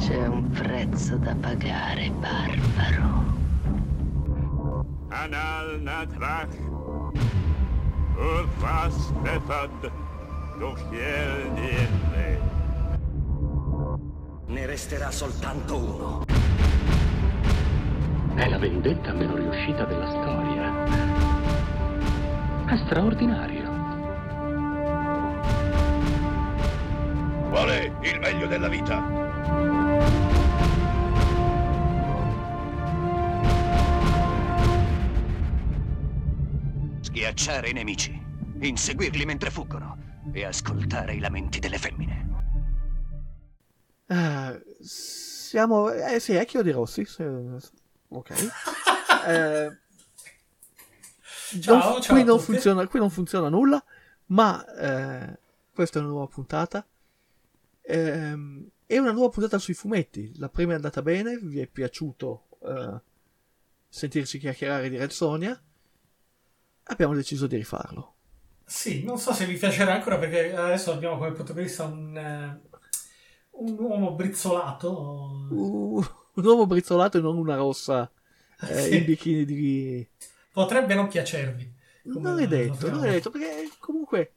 C'è un prezzo da pagare, barbaro. Anal natrach, urfas befad, dochiel niente. Ne resterà soltanto uno. È la vendetta meno riuscita della storia. È straordinario. Qual è il meglio della vita? Schiacciare i nemici, inseguirli mentre fuggono e ascoltare i lamenti delle femmine. Siamo... sì, è Chio di Rossi. Ok. Ciao qui a non tutti. qui non funziona nulla, ma questa è una nuova puntata. È una nuova puntata sui fumetti. La prima è andata bene, vi è piaciuto sentirci chiacchierare di Red Sonja. Abbiamo deciso di rifarlo. Sì, non so se vi piacerà ancora perché adesso abbiamo come protagonista un uomo brizzolato. Un uomo brizzolato e non una rossa Sì. in bikini di... Potrebbe non piacervi. Non è detto, perché comunque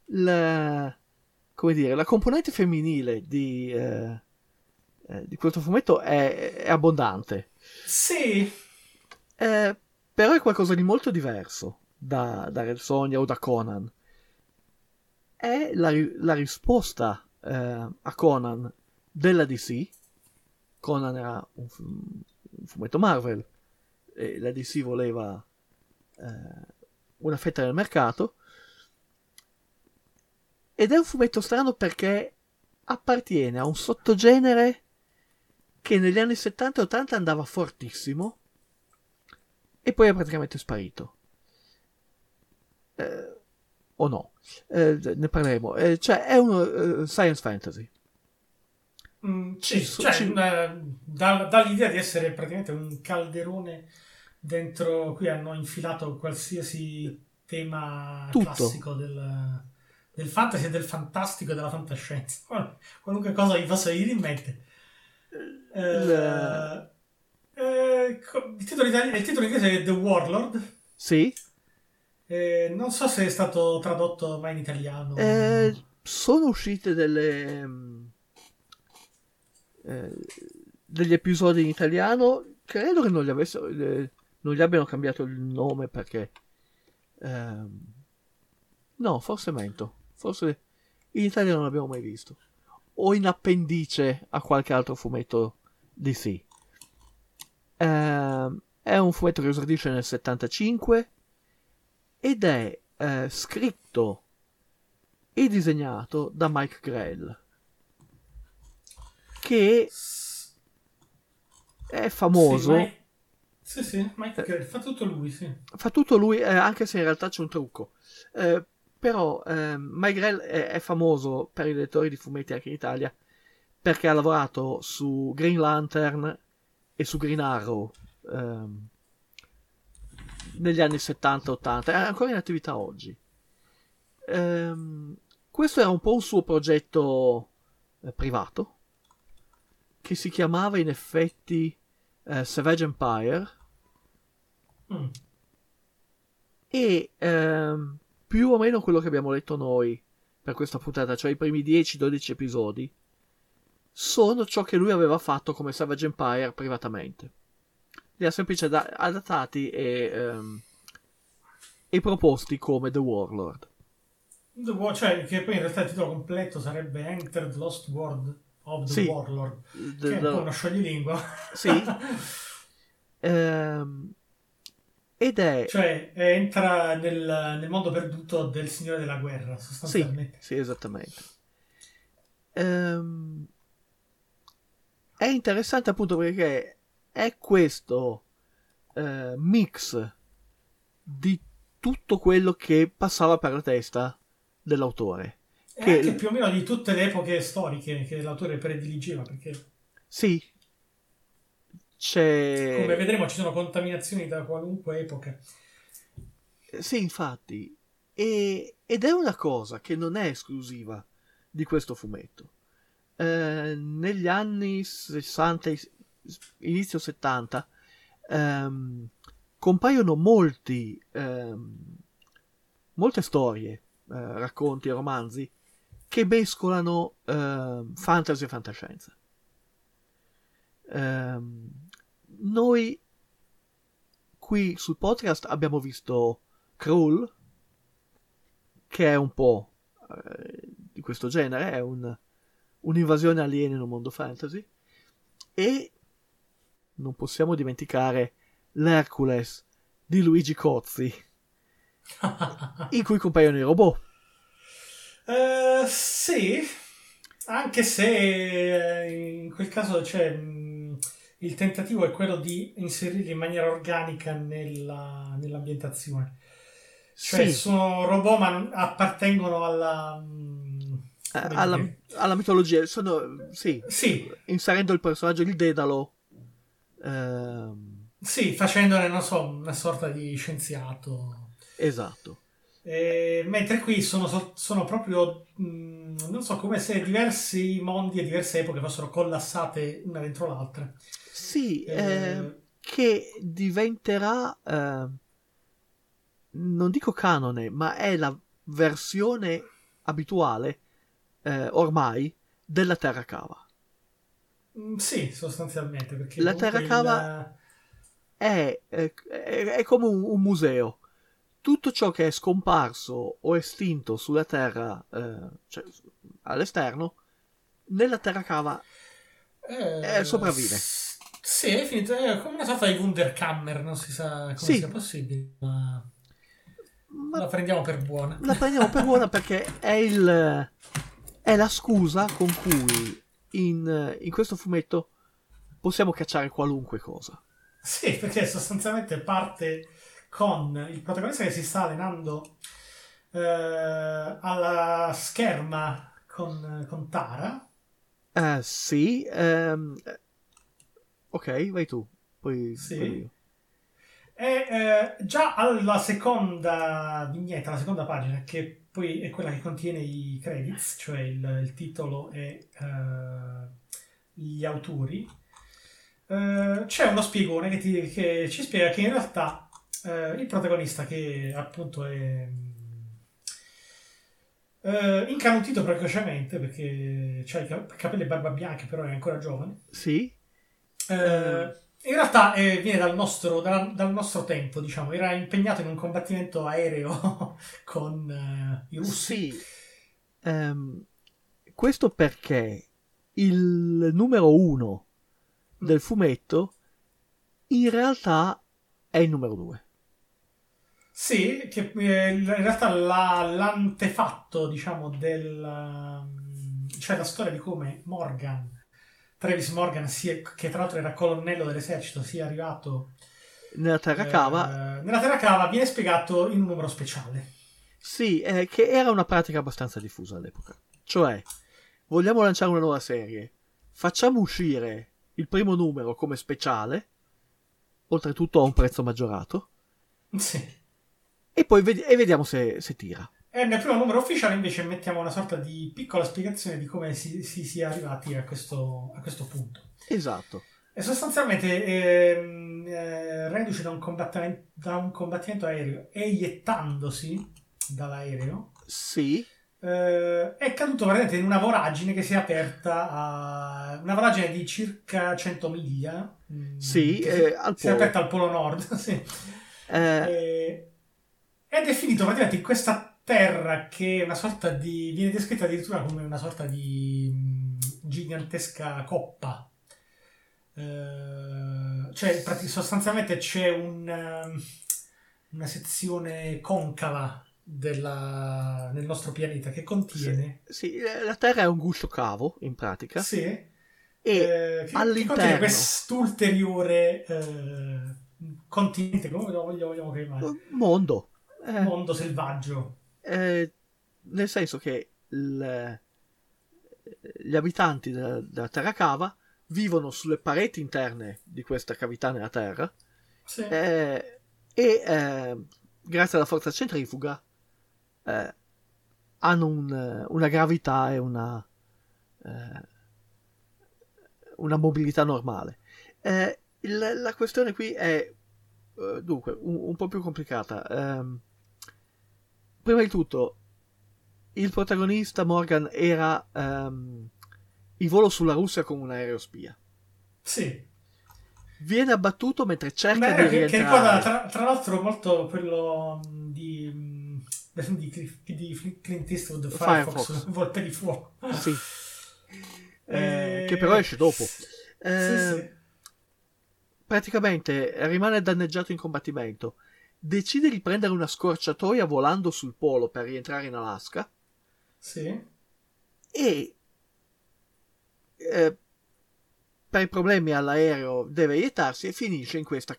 come dire, la componente femminile di questo fumetto è abbondante. Sì. Però è qualcosa di molto diverso da Red Sonja o da Conan. È la risposta a Conan della DC. Conan era un fumetto Marvel e la DC voleva una fetta del mercato, ed è un fumetto strano perché appartiene a un sottogenere che negli anni 70 e 80 andava fortissimo e poi è praticamente sparito. O no, ne parleremo. Cioè è un science fantasy. Dà l'idea di essere praticamente un calderone dentro cui hanno infilato qualsiasi tema Tutto. classico del fantasy e del fantastico e della fantascienza. Qualunque cosa vi possa venire in mente. Il titolo inglese è The Warlord. Sì. Non so se è stato tradotto mai in italiano. Sono uscite degli episodi in italiano. Credo che non gli abbiano cambiato il nome perché no, forse mento, forse in Italia non l'abbiamo mai visto, o in appendice a qualche altro fumetto DC. È un fumetto che esordisce nel 75 ed è scritto e disegnato da Mike Grell, che è famoso. Sì, Mike Grell fa tutto lui, sì. Fa tutto lui, anche se in realtà c'è un trucco. Però Mike Grell è famoso per i lettori di fumetti anche in Italia perché ha lavorato su Green Lantern e su Green Arrow negli anni 70-80, è ancora in attività oggi. Questo era un po' un suo progetto privato che si chiamava in effetti Savage Empire e più o meno quello che abbiamo letto noi per questa puntata, cioè i primi 10-12 episodi, sono ciò che lui aveva fatto come Savage Empire privatamente. Li ha semplicemente adattati e proposti come The Warlord. Cioè, che poi in realtà il titolo completo sarebbe Enter the Lost World of the Warlord, che è un po' uno scioglilingua. Sì. Ed è... Cioè, entra nel mondo perduto del Signore della Guerra, sostanzialmente. Sì, esattamente. È interessante appunto perché è questo mix di tutto quello che passava per la testa dell'autore. E anche più o meno di tutte le epoche storiche che l'autore prediligeva, perché... Sì. Come vedremo ci sono contaminazioni da qualunque epoca. Sì, infatti. Ed è una cosa che non è esclusiva di questo fumetto. negli anni 60, inizio 70, compaiono molte storie, racconti e romanzi che mescolano fantasy e fantascienza. Noi qui sul podcast abbiamo visto Krull, che è un po' di questo genere, è un'invasione aliena in un mondo fantasy, e non possiamo dimenticare l'Hercules di Luigi Cozzi, in cui compaiono i robot. Sì, anche se in quel caso il tentativo è quello di inserirli in maniera organica nell'ambientazione. Cioè, Sì. sono robot ma appartengono alla mitologia. Sì, inserendo il personaggio di Dedalo. Sì, facendone, non so, una sorta di scienziato. Esatto. Mentre qui sono proprio, non so, come se diversi mondi e diverse epoche fossero collassate una dentro l'altra. Sì, che diventerà, non dico canone, ma è la versione abituale ormai della Terra Cava. Sì, sostanzialmente, perché la Terra Cava è come un museo. Tutto ciò che è scomparso o estinto sulla Terra, cioè all'esterno, nella Terra Cava sopravvive. Sì, è finito, è come una sorta di Wunderkammer, non si sa come sia possibile, ma la prendiamo per buona. La prendiamo per buona perché è la scusa con cui in questo fumetto possiamo cacciare qualunque cosa. Sì, perché sostanzialmente parte con il protagonista che si sta allenando alla scherma con Tara. Sì. Ok, vai tu. Poi io. E già alla seconda vignetta, la seconda pagina, che poi è quella che contiene i credits, cioè il titolo e gli autori, c'è uno spiegone che ci spiega che in realtà il protagonista, che appunto è incanutito precocemente perché ha i capelli e barba bianca, però è ancora giovane. Sì. In realtà viene dal nostro tempo, diciamo. Era impegnato in un combattimento aereo con i russi. Sì. Questo perché il numero 1 del fumetto in realtà è il numero 2. Sì, che in realtà l'antefatto, diciamo, cioè la storia di come Travis Morgan, che tra l'altro era colonnello dell'esercito, sia arrivato nella Terra Cava. Nella Terra Cava viene spiegato in un numero speciale. Sì, che era una pratica abbastanza diffusa all'epoca. Cioè, vogliamo lanciare una nuova serie, facciamo uscire il primo numero come speciale, oltretutto a un prezzo maggiorato. Sì. E poi vediamo se tira. E nel primo numero ufficiale invece mettiamo una sorta di piccola spiegazione di come si sia arrivati a questo punto. Esatto. E sostanzialmente reduce da un combattimento aereo, eiettandosi dall'aereo, sì, è caduto praticamente in una voragine che si è aperta una voragine di circa 100 miglia. Sì, si è aperta al Polo Nord. Sì. Ed è finito praticamente in questa terra che è una sorta di... viene descritta addirittura come una sorta di gigantesca coppa. Cioè sostanzialmente c'è una sezione concava nel nostro pianeta che contiene... Sì, la Terra è un guscio cavo, in pratica. Sì. E all'interno... che contiene quest'ulteriore continente, come lo vogliamo chiamare? Mondo Selvaggio. Nel senso che gli abitanti della Terra Cava vivono sulle pareti interne di questa cavità nella Terra. Sì. E grazie alla forza centrifuga hanno una gravità e una mobilità normale. La questione qui è dunque un po' più complicata. Prima di tutto, il protagonista Morgan era in volo sulla Russia con un aereo spia. Sì. Viene abbattuto mentre cerca di rientrare. Che ricorda tra l'altro molto quello di Clint Eastwood, Firefox, Volpe di fuoco. Sì. Che però esce dopo. Sì. Praticamente rimane danneggiato in combattimento. Decide di prendere una scorciatoia volando sul polo per rientrare in Alaska. Sì. E per i problemi all'aereo deve ietarsi e finisce in questa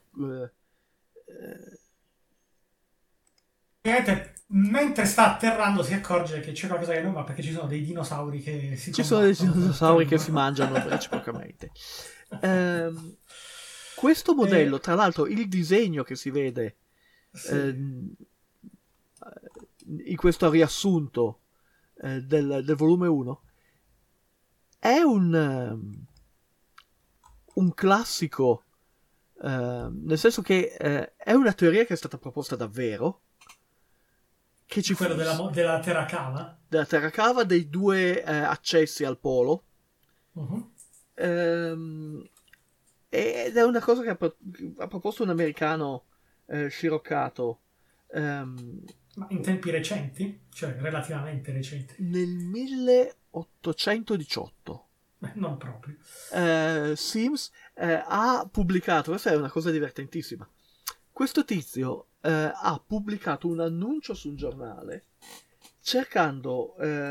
mentre sta atterrando si accorge che c'è qualcosa che non va, perché ci sono dei dinosauri che si si mangiano reciprocamente. Questo modello, tra l'altro, il disegno che si vede in questo riassunto del volume 1 è un classico, nel senso che è una teoria che è stata proposta davvero, che ci quello della terra cava, dei due accessi al polo. Ed è una cosa che ha proposto un americano, Shirokato, ma in tempi recenti, cioè relativamente recenti, nel 1818. Non proprio. Sims ha pubblicato, questa è una cosa divertentissima, questo tizio ha pubblicato un annuncio su un giornale cercando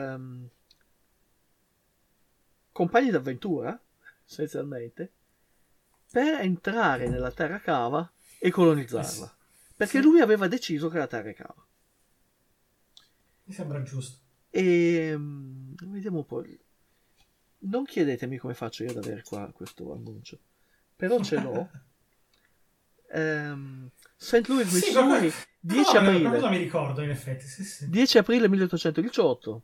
compagni d'avventura, essenzialmente, per entrare nella terra cava e colonizzarla, perché lui aveva deciso che la terra è cava. Mi sembra giusto. E vediamo un po'. Non chiedetemi come faccio io ad avere qua questo annuncio, però ce l'ho. St. Louis, Missouri, 10 aprile. Cosa mi ricordo, in effetti. Sì. 10 aprile 1818.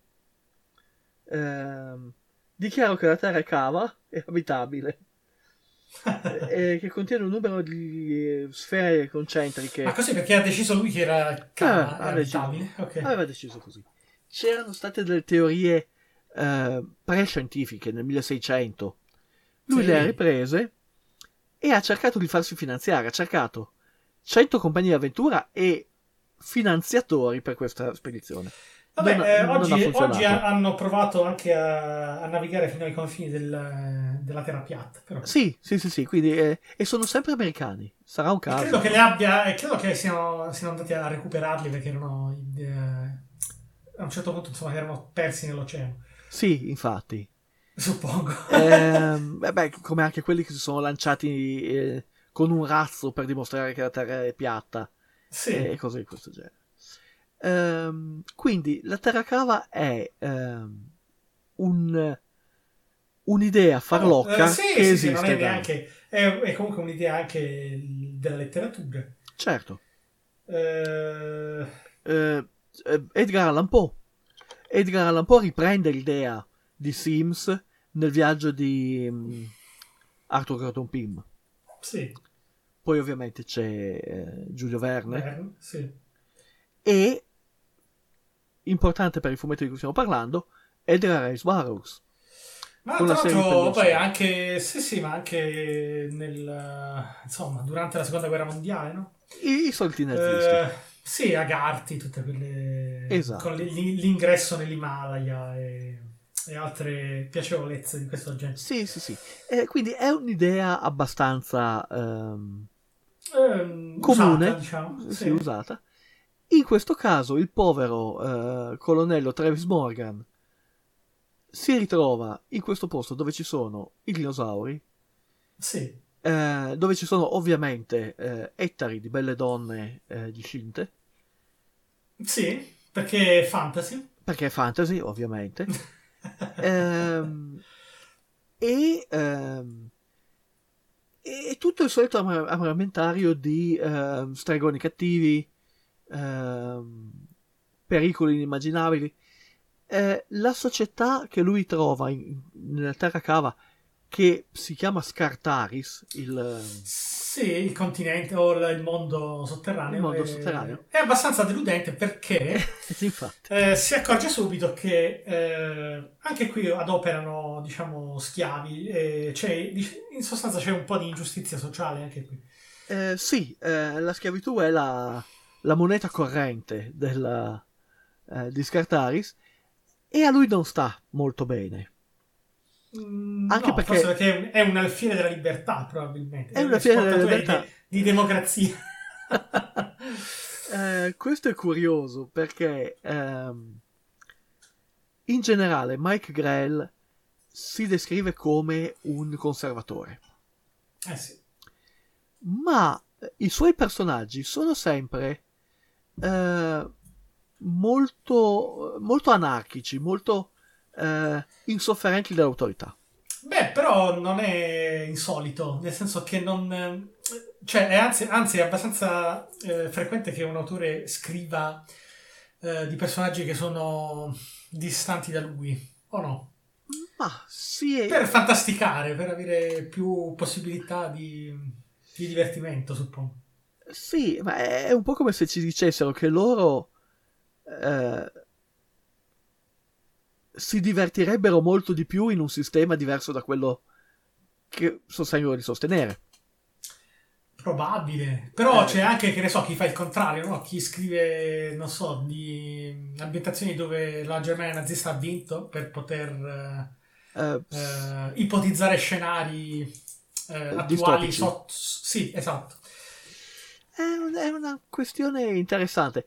Dichiaro che la Terra è cava e abitabile. Che contiene un numero di sfere concentriche. Ma così perché ha deciso lui che era cava, era abitabile? Okay. Aveva deciso così. C'erano state delle teorie prescientifiche nel 1600. Lui le ha riprese e ha cercato di farsi finanziare. Ha cercato 100 compagnie di avventura e finanziatori per questa spedizione. Vabbè, oggi hanno provato anche a navigare fino ai confini della terra piatta. Però. Sì, quindi, e sono sempre americani. Sarà un caso. Credo che siano andati a recuperarli perché erano a un certo punto, insomma, erano persi nell'oceano. Sì, infatti. Suppongo. Come anche quelli che si sono lanciati con un razzo per dimostrare che la terra è piatta. Sì. E cose di questo genere. Quindi la terra cava è un'idea farlocca che esiste. Non è neanche, è comunque un'idea anche della letteratura. Certo. Edgar Allan Poe riprende l'idea di Sims nel viaggio di Arthur Gordon Pym. Sì. Poi ovviamente c'è Giulio Verne. Sì. E importante per il fumetto di cui stiamo parlando, Edgar Rice Burroughs. Ma tra l'altro poi anche ma anche durante la seconda guerra mondiale, no? I soliti nazisti. Sì, Agarty, tutte quelle, esatto, con l'ingresso nell'Himalaya e altre piacevolezze di questo genere. Sì. Quindi è un'idea abbastanza comune, usata, diciamo. Sì, usata. In questo caso il povero colonnello Travis Morgan si ritrova in questo posto dove ci sono i dinosauri, sì. Dove ci sono ovviamente ettari di belle donne discinte. Sì, perché è fantasy. Perché è fantasy, ovviamente. E tutto il solito armamentario di stregoni cattivi, pericoli inimmaginabili. La società che lui trova nella terra cava che si chiama Scartaris, Sì, il continente o il mondo sotterraneo. Il mondo sotterraneo. È abbastanza deludente perché infatti. si accorge subito che anche qui adoperano, diciamo, schiavi. In sostanza c'è un po' di ingiustizia sociale anche qui. Sì, la schiavitù è la moneta corrente di Scartaris, e a lui non sta molto bene. Anche No, perché forse perché è un alfiere della libertà, probabilmente. È un alfiere della libertà. Di democrazia. Questo è curioso perché in generale Mike Grell si descrive come un conservatore. Sì. Ma i suoi personaggi sono sempre molto, molto anarchici, molto insofferenti dell'autorità. Beh, però non è insolito, nel senso che non... Cioè, anzi, è abbastanza frequente che un autore scriva di personaggi che sono distanti da lui, o no? Ma sì, Per fantasticare, per avere più possibilità di divertimento, suppongo. sì, ma è un po' come se ci dicessero che loro si divertirebbero molto di più in un sistema diverso da quello che sostengono di sostenere. Probabile, però c'è anche, che ne so, chi fa il contrario, no? Chi scrive, non so, di ambientazioni dove la Germania nazista ha vinto per poter ipotizzare scenari attuali. Sì, esatto. È una questione interessante.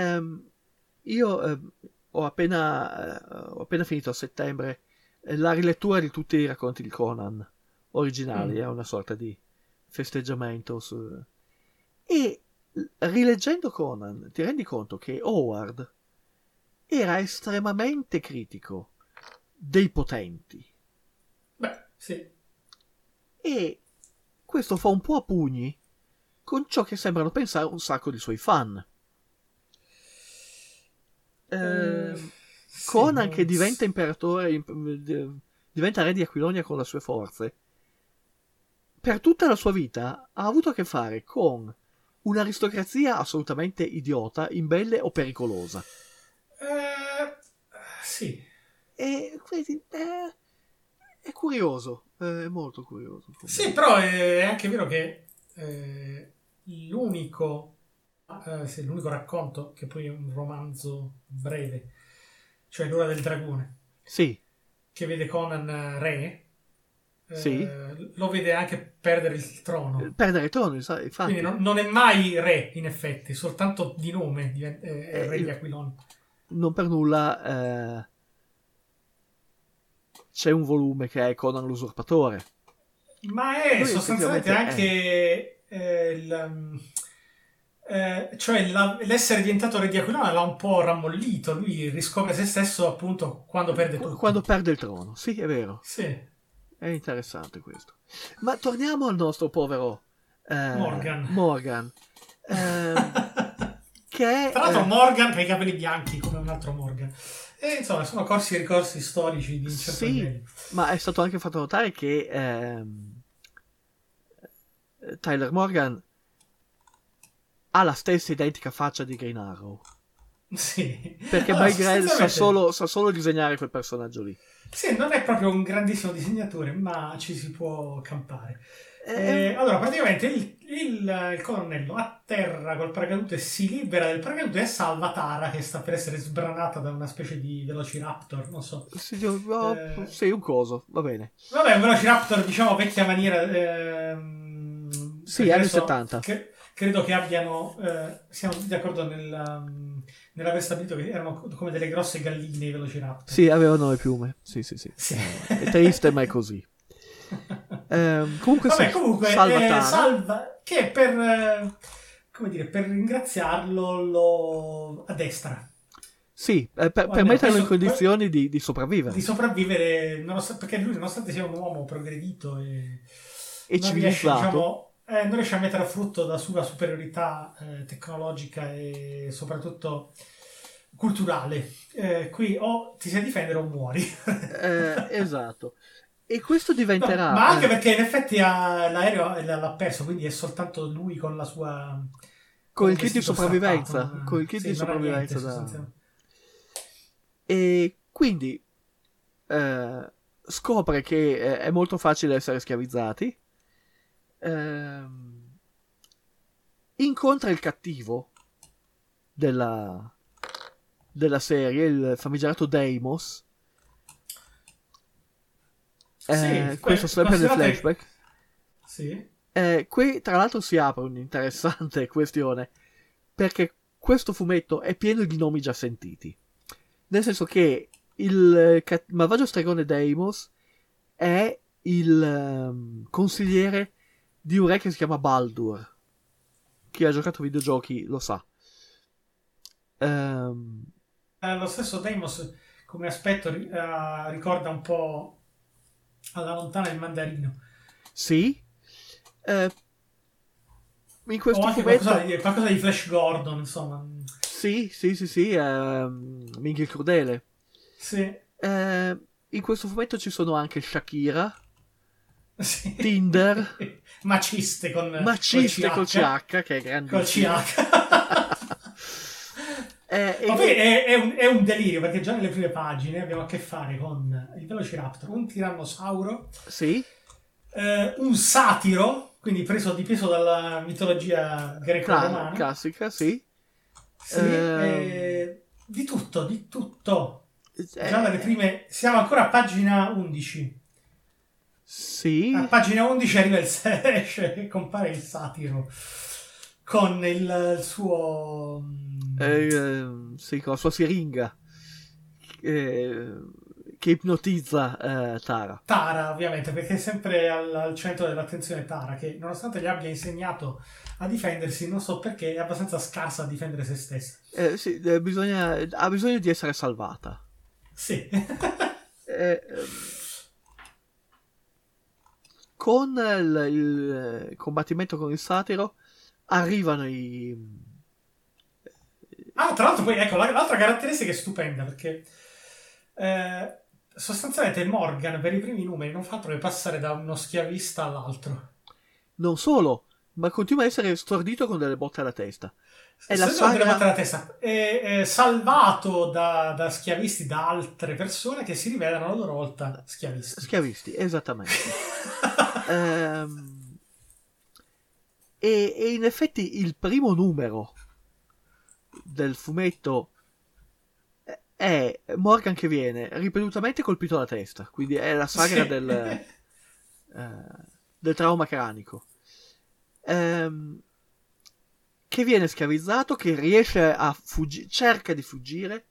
Io ho appena finito a settembre la rilettura di tutti i racconti di Conan originali, è una sorta di festeggiamento e rileggendo Conan ti rendi conto che Howard era estremamente critico dei potenti. Beh, sì. E questo fa un po' a pugni con ciò che sembrano pensare un sacco di suoi fan. Conan che diventa imperatore, diventa re di Aquilonia con le sue forze, per tutta la sua vita ha avuto a che fare con un'aristocrazia assolutamente idiota, imbelle o pericolosa. Sì. E quindi è curioso, è molto curioso. Sì, però è anche vero che l'unico racconto, che poi è un romanzo breve, cioè L'ora del dragone, sì, che vede Conan re, sì, lo vede anche perdere il trono. Perdere il trono, infatti. Quindi non è mai re, in effetti, soltanto di nome è re di Aquilonia. Non per nulla c'è un volume che è Conan l'usurpatore. Ma è lui sostanzialmente anche cioè l'essere diventato re di Aquilonia l'ha un po' rammollito. Lui riscopre se stesso appunto quando perde tutto. Quando perde il trono, sì, è vero. Sì. È interessante questo. Ma torniamo al nostro povero Morgan. Che è, tra l'altro Morgan che ha i capelli bianchi come un altro Morgan. E insomma sono corsi e ricorsi storici di un certo livello. Ma è stato anche fatto notare che Tyler Morgan ha la stessa identica faccia di Green Arrow. Sì. Perché Mike Grell sa solo disegnare quel personaggio lì. Sì, non è proprio un grandissimo disegnatore, ma ci si può campare. Allora, praticamente il colonnello atterra col paracadute, si libera del paracadute e salva Tara, che sta per essere sbranata da una specie di velociraptor, non so. Sì, un coso, va bene. Vabbè, un velociraptor, diciamo, vecchia maniera. Sì, anni 70. Credo che abbiano, siamo tutti d'accordo nell'aver stabilito che erano come delle grosse galline i velociraptor. Sì, avevano le piume. Sì. È triste, ma è così. Comunque salva che per ringraziarlo a destra. Sì, per metterlo in condizioni di sopravvivere. Di sopravvivere, perché lui, nonostante sia un uomo progredito e civilizzato, non riesce a mettere a frutto la sua superiorità tecnologica e soprattutto culturale. Qui o ti sai difendere o muori. Esatto. E questo diventerà... No, ma anche perché in effetti l'aereo l'ha perso, quindi è soltanto lui con la sua... con il un kit di vestito sopravvivenza. strappato, Con il kit sì, di non ha sopravvivenza. niente, sostanzialmente. E quindi scopre che è molto facile essere schiavizzati. Incontra il cattivo della serie, il famigerato Deimos. Questo sempre nel flashback. Sì. Qui tra l'altro si apre un'interessante questione, perché questo fumetto è pieno di nomi già sentiti, nel senso che il malvagio stregone Deimos è il consigliere di un re che si chiama Baldur. Chi ha giocato a videogiochi lo sa. Lo stesso Deimos come aspetto ricorda un po' alla lontana il mandarino. Sì. In questo o anche fumetto qualcosa di Flash Gordon, insomma. sì, Minchia il crudele. Sì. In questo fumetto ci sono anche Shakira, Sì. Tinder, Maciste col CH, che è grandissimo. Col CH. Ma poi è un delirio, perché già nelle prime pagine abbiamo a che fare con il Velociraptor, un tirannosauro, sì, un satiro, quindi preso dalla mitologia greco-romana. Classica, sì. Sì, di tutto. Già dalle prime, siamo ancora a pagina 11. Sì. A pagina 11 arriva esce e compare il satiro con il suo sì, con la sua siringa che ipnotizza Tara, ovviamente, perché è sempre al centro dell'attenzione Tara, che nonostante gli abbia insegnato a difendersi, non so perché è abbastanza scarsa a difendere se stessa. Sì, ha bisogno di essere salvata. Sì. Con il combattimento con il satiro arrivano tra l'altro poi ecco l'altra caratteristica è stupenda, perché sostanzialmente Morgan per i primi numeri non fa altro che passare da uno schiavista all'altro. Non solo, ma continua a essere stordito con delle botte alla testa. È la saga... alla testa. È salvato da schiavisti, da altre persone che si rivelano a loro volta schiavisti, esattamente. E in effetti il primo numero del fumetto è Morgan che viene ripetutamente colpito alla testa, quindi è la saga del trauma cranico, che viene schiavizzato, che riesce a fuggire, cerca di fuggire,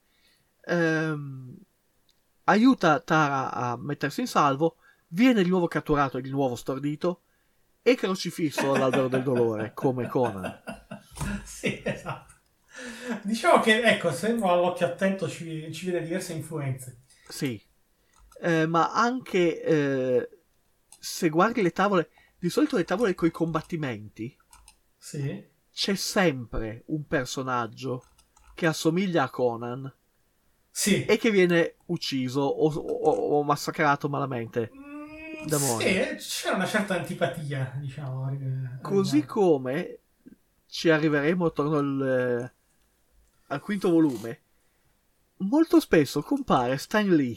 aiuta Tara a mettersi in salvo, viene di nuovo catturato e di nuovo stordito e crocifisso all'albero del dolore come Conan. Sì, esatto. Diciamo che, ecco, se uno all'occhio attento ci vede diverse influenze. Sì, ma anche se guardi le tavole, di solito le tavole con i combattimenti, sì, c'è sempre un personaggio che assomiglia a Conan, sì, e che viene ucciso o massacrato malamente da Morgan. Sì, c'è una certa antipatia, diciamo. Così come ci arriveremo attorno al quinto volume, molto spesso compare Stan Lee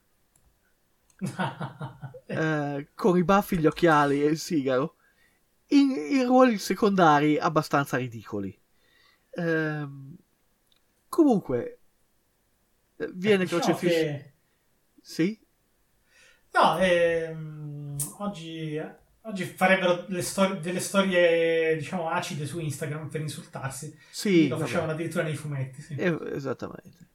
con i baffi, gli occhiali e il sigaro in ruoli secondari abbastanza ridicoli. Comunque viene crocifisso. Sì? No, oggi farebbero delle storie, diciamo, acide su Instagram per insultarsi. Sì, lo facevano addirittura nei fumetti. Sì. Esattamente.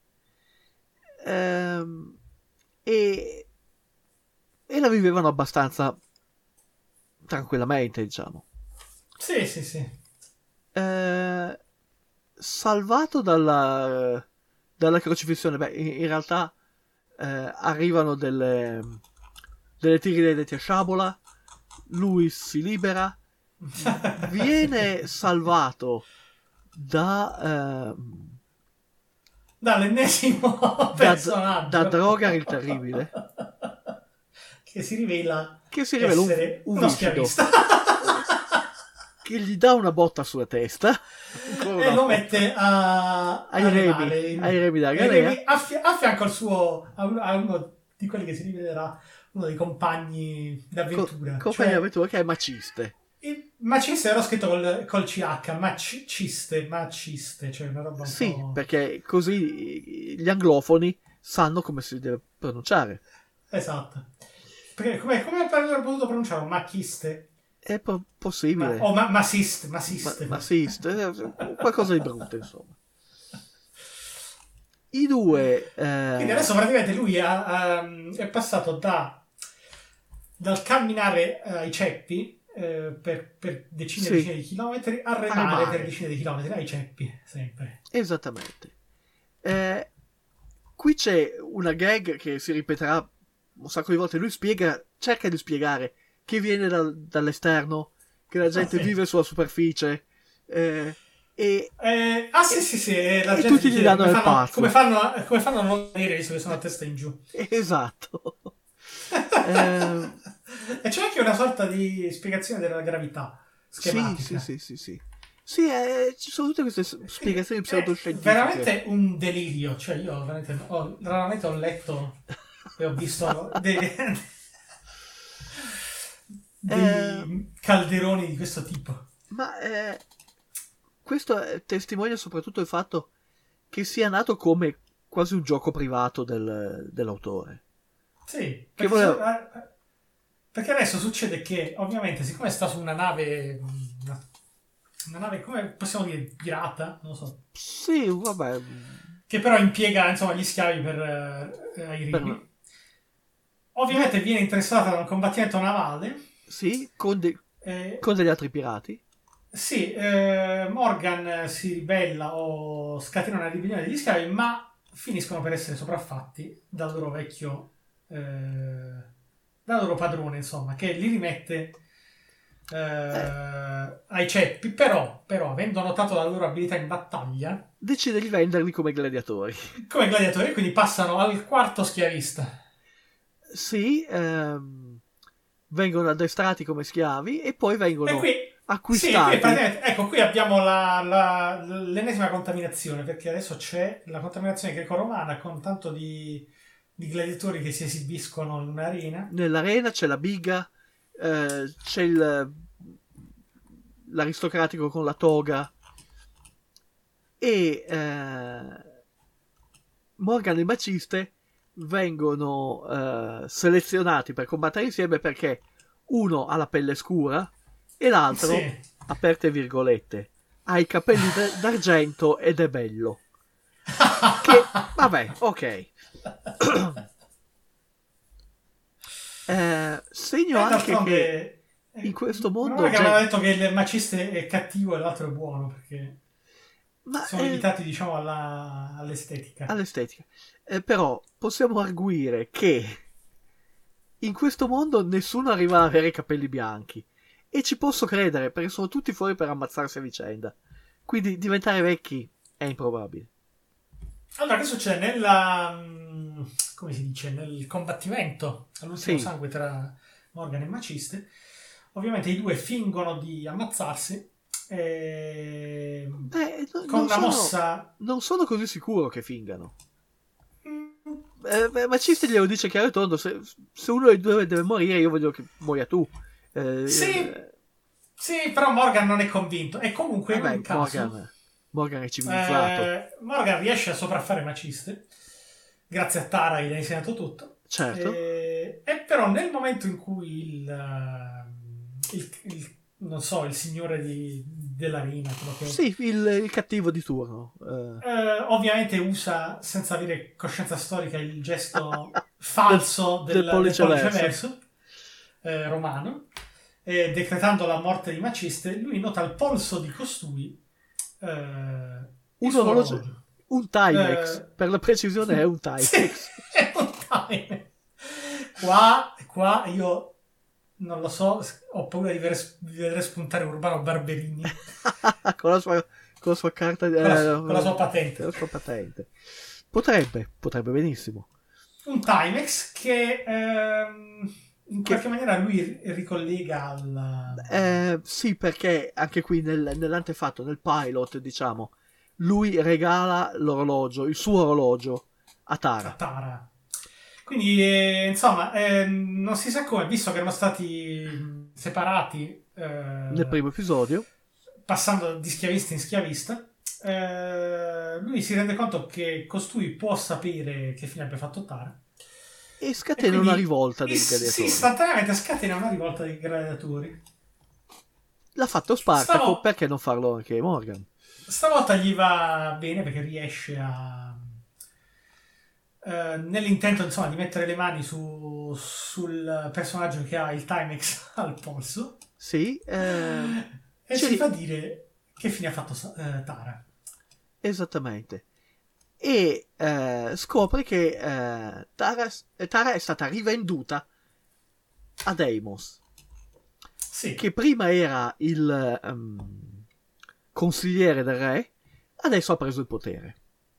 E la vivevano abbastanza tranquillamente, diciamo. Sì. Salvato dalla crocifissione, in realtà arrivano delle tiride detti a sciabola, lui si libera, viene salvato dall'ennesimo personaggio, da Drogar il terribile, che si rivela un essere uno viscido schiavista. che gli dà una botta sulla testa E lo mette ai remi della galera, a fianco a uno di quelli che si rivelerà uno dei compagni d'avventura. compagni d'avventura, che è Maciste. Maciste era scritto col CH, maciste, cioè una roba un Sì, po'... perché così gli anglofoni sanno come si deve pronunciare. Esatto. Perché come avrebbero potuto pronunciare? Macchiste? È possibile. Massiste. Qualcosa di brutto, insomma. I due... Quindi adesso praticamente lui è passato dal camminare ai ceppi per decine e decine di chilometri a remare per decine di chilometri ai ceppi, sempre. Esattamente. Qui c'è una gag che si ripeterà un sacco di volte. Lui cerca di spiegare che viene dall'esterno, che la gente vive sulla superficie, sì, la gente tutti gli danno il pazzo. Come fanno a non vedere visto che sono a testa in giù? Esatto. E c'è anche una sorta di spiegazione della gravità schematica. Sì, ci sono tutte queste spiegazioni pseudoscientifiche. È veramente un delirio. Cioè, io raramente ho letto e ho visto dei calderoni di questo tipo. Ma questo testimonia soprattutto il fatto che sia nato come quasi un gioco privato dell'autore. Sì, perché adesso succede che ovviamente siccome sta su una nave come possiamo dire pirata, non lo so. Sì, vabbè. Che però impiega insomma gli schiavi per ai rimi. Ovviamente viene interessata da un combattimento navale. Sì, con degli altri pirati. Sì, Morgan si ribella o scatena una ribellione degli schiavi, ma finiscono per essere sopraffatti dal loro vecchio dal loro padrone, insomma, che li rimette ai ceppi, però avendo notato la loro abilità in battaglia decide di venderli come gladiatori, quindi passano al quarto schiavista. Sì, vengono addestrati come schiavi e poi vengono acquistati. Sì, qui abbiamo l'ennesima contaminazione, perché adesso c'è la contaminazione greco-romana con tanto di gladiatori che si esibiscono in un'arena. Nell'arena c'è la biga, c'è l'aristocratico con la toga e Morgan e Maciste vengono selezionati per combattere insieme perché uno ha la pelle scura e l'altro, aperte virgolette, ha i capelli d'argento ed è bello. Che, vabbè, ok. Segno anche che in questo mondo non aveva detto che il Maciste è cattivo e l'altro è buono, perché sono limitati, diciamo, all'estetica. Però possiamo arguire che in questo mondo nessuno arriva ad avere i capelli bianchi, e ci posso credere perché sono tutti fuori per ammazzarsi a vicenda, quindi diventare vecchi è improbabile. Allora, che succede come si dice, nel combattimento all'ultimo sangue tra Morgan e Maciste? Ovviamente i due fingono di ammazzarsi con una mossa. Non sono così sicuro che fingano. Maciste glielo dice chiaro e tondo: se uno dei due deve morire, io voglio che muoia tu. Sì, però Morgan non è convinto. E comunque in un caso Morgan è civilizzato. Morgan riesce a sopraffare Maciste grazie a Tara che gli ha insegnato tutto. Certo. E però nel momento in cui non so, il signore dell'arena, il cattivo di turno, ovviamente usa, senza avere coscienza storica, il gesto falso del pollice verso romano, decretando la morte di Maciste. Lui nota il polso di costui, un Timex, per la precisione è un Timex. Sì, è un Timex. Qua io non lo so, ho paura di vedere spuntare Urbano Barberini con la sua carta, con la sua patente. La sua patente. Potrebbe benissimo. Un Timex che in qualche maniera lui ricollega al... Sì, perché anche qui nell'antefatto, nel pilot, diciamo, lui regala l'orologio, il suo orologio a Tara. Quindi, insomma, non si sa come, visto che erano stati separati nel primo episodio, passando di schiavista in schiavista, lui si rende conto che costui può sapere che fine abbia fatto Tara. E scatena una rivolta dei gladiatori. Sì, istantaneamente scatena una rivolta dei gladiatori. L'ha fatto Spartaco, perché non farlo anche Morgan? Stavolta gli va bene perché riesce a... nell'intento, insomma, di mettere le mani sul personaggio che ha il Timex al polso. Sì. E ci fa dire che fine ha fatto Tara. Esattamente. E scopre che Tara è stata rivenduta a Deimos, sì, che prima era il consigliere del re, adesso ha preso il potere.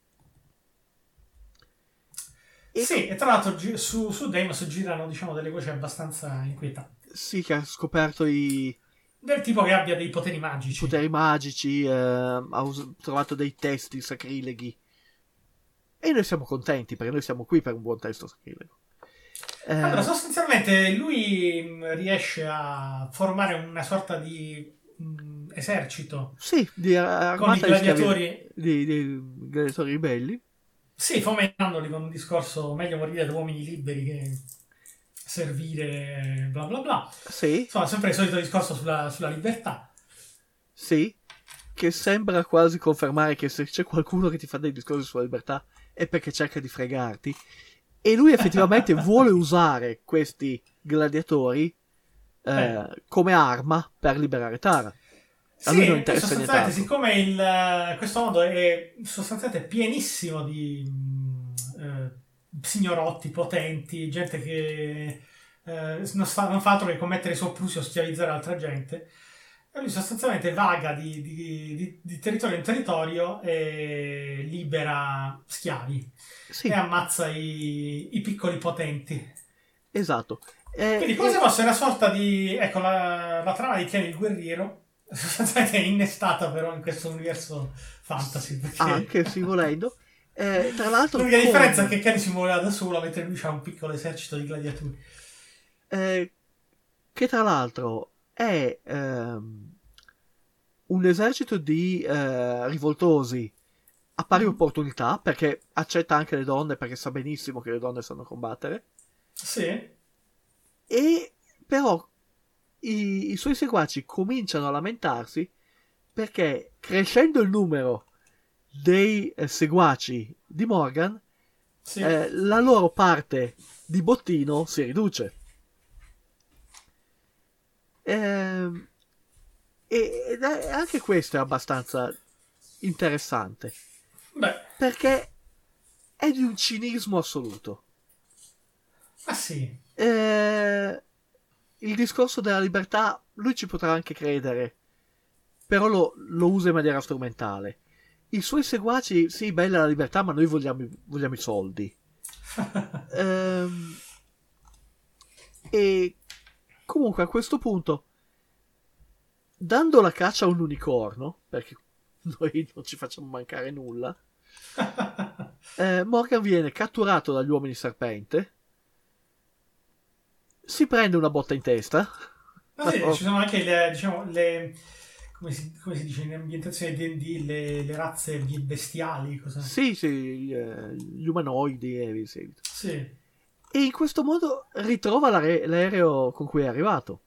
Sì, e tra l'altro su Deimos girano, diciamo, delle voci abbastanza inquietanti. Sì, che ha scoperto del tipo che abbia dei poteri magici. Ha trovato dei testi sacrileghi. E noi siamo contenti, perché noi siamo qui per un buon testo sacrilego. Allora, sostanzialmente lui riesce a formare una sorta di esercito. Sì, di armata con i gladiatori. Di gladiatori ribelli. Sì, fomentandoli con un discorso meglio morire da uomini liberi che servire bla bla bla. Sì. Insomma, sempre il solito discorso sulla libertà. Sì, che sembra quasi confermare che se c'è qualcuno che ti fa dei discorsi sulla libertà è perché cerca di fregarti. E lui effettivamente vuole usare questi gladiatori come arma per liberare Tara. A lui non interessa niente. Siccome questo mondo è sostanzialmente pienissimo di signorotti potenti, gente che non fa altro che commettere soprusi o schiavizzare altra gente, e lui sostanzialmente vaga di territorio in territorio e libera schiavi. Sì. E ammazza i piccoli potenti. Esatto. Quindi come se fosse una sorta di... Ecco, la trama di Ken il guerriero sostanzialmente è innestata però in questo universo fantasy. Perché... Anche sì, volendo. Tra l'altro... L'unica differenza è che Ken si muoveva da solo, mentre lui ha un piccolo esercito di gladiatori. Che tra l'altro è un esercito di rivoltosi a pari opportunità, perché accetta anche le donne, perché sa benissimo che le donne sanno combattere. Sì. E però i suoi seguaci cominciano a lamentarsi perché crescendo il numero dei seguaci di Morgan, sì, la loro parte di bottino si riduce. E anche questo è abbastanza interessante. Beh, perché è di un cinismo assoluto. Ah sì. Il discorso della libertà lui ci potrà anche credere, però lo usa in maniera strumentale. I suoi seguaci, sì, bella la libertà, ma noi vogliamo i soldi. E comunque a questo punto, dando la caccia a un unicorno, perché noi non ci facciamo mancare nulla, Morgan viene catturato dagli uomini serpente, si prende una botta in testa. Sì, ci sono anche le come si dice in ambientazione D&D, le razze bestiali, cosa? Sì, gli umanoidi e via seguito. Sì. E in questo modo ritrova l'aereo con cui è arrivato.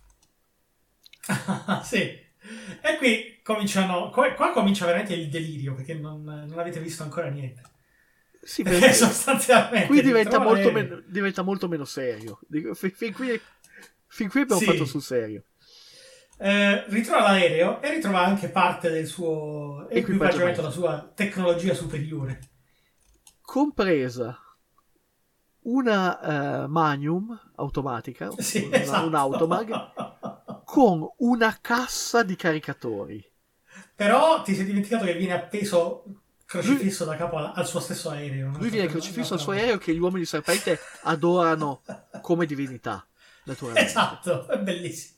Sì. E qui qua comincia veramente il delirio, perché non avete visto ancora niente. Sì, perché sostanzialmente qui diventa molto meno serio. Fin qui abbiamo fatto sul serio. Ritrova l'aereo e ritrova anche parte del suo equipaggiamento, la sua tecnologia superiore, compresa una Magnum automatica, sì, un Automag con una cassa di caricatori. Però ti sei dimenticato che viene appeso crocifisso da capo al suo stesso aereo. Lui viene crocifisso al suo aereo, che gli uomini serpente adorano come divinità. naturalmente. Esatto, è bellissimo.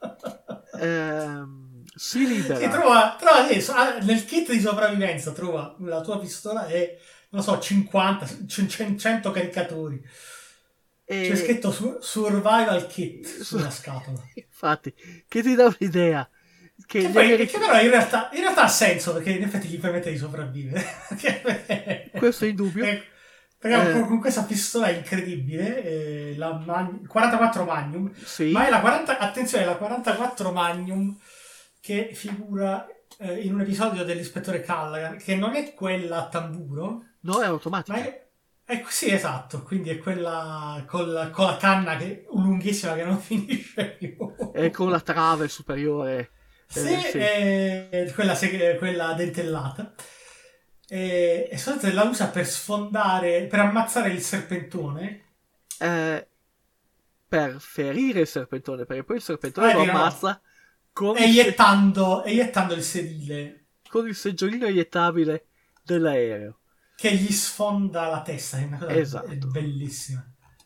Si libera. E trova nel kit di sopravvivenza trova la tua pistola e non so 50 100 caricatori. C'è scritto survival kit sulla scatola. Infatti, che ti dà un'idea che però in realtà ha senso, perché in effetti gli permette di sopravvivere. Questo è indubbio. Perché con questa pistola è incredibile, la 44 Magnum, sì. ma è attenzione, la 44 Magnum che figura in un episodio dell'ispettore Callaghan, che non è quella a tamburo. No, è automatica. Ma sì, esatto, quindi è quella con la canna che lunghissima che non finisce più. E con la trave superiore. Sì. Quella dentellata. E solamente la usa per sfondare, per ammazzare il serpentone. Per ferire il serpentone, perché poi il serpentone lo ammazza con eiettando il sedile. Con il seggiolino eiettabile dell'aereo. Che gli sfonda la testa, è una cosa esatto. Bellissima.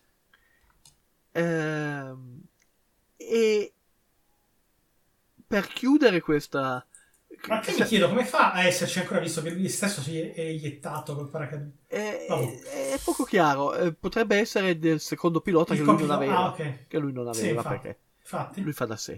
E per chiudere questa... Ma che mi chiedo come fa a esserci ancora, visto che lui stesso si è eiettato col paracadute? È poco chiaro. Potrebbe essere del secondo pilota che lui non aveva. Okay. Che lui non aveva, sì, perché infatti. lui fa da sé.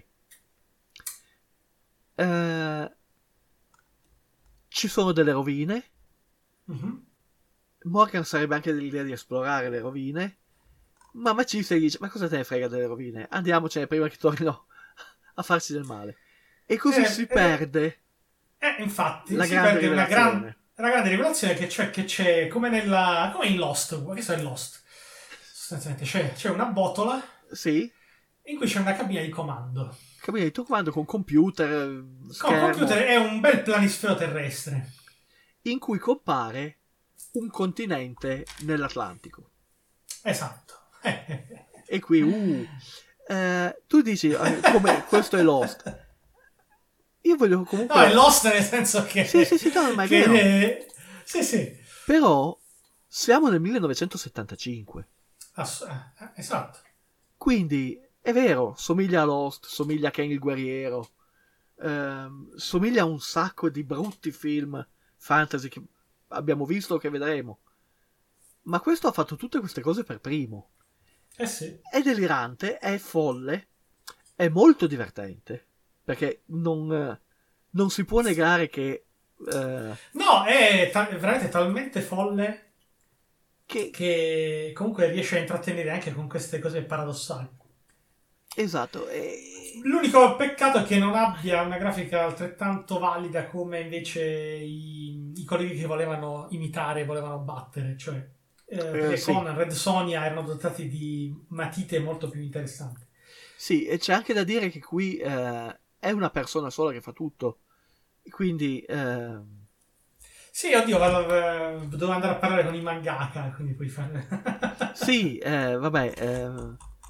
Ci sono delle rovine. Mm-hmm. Morgan sarebbe anche dell'idea di esplorare le rovine, ma Maciste dice: ma cosa te ne frega delle rovine? Andiamocene prima che tornino a farci del male. E così si perde. Infatti, la si grande perde rivelazione. La grande rivelazione che c'è come in Lost. Questo è Lost. Sostanzialmente c'è una botola. Sì. In cui c'è una cabina di comando. Cabina di comando con computer. Con computer è un bel planisfero terrestre. In cui compare un continente nell'Atlantico. Esatto. E qui, tu dici come questo è Lost. Io voglio comunque... No, è Lost nel senso che... Sì, no, ma è vero. Sì. Però siamo nel 1975. Esatto. Quindi, è vero, somiglia a Lost, somiglia a Ken il Guerriero, somiglia a un sacco di brutti film fantasy che abbiamo visto o che vedremo. Ma questo ha fatto tutte queste cose per primo. Sì. È delirante, è folle, è molto divertente, perché non si può negare che... No, è veramente talmente folle che comunque riesce a intrattenere anche con queste cose paradossali. Esatto. L'unico peccato è che non abbia una grafica altrettanto valida come invece i colleghi che volevano imitare, volevano battere, cioè perché sì. Conan, Red Sonja erano dotati di matite molto più interessanti. Sì, e c'è anche da dire che qui è una persona sola che fa tutto, quindi sì, oddio, devo andare a parlare con i mangaka, quindi puoi fare... Sì, vabbè,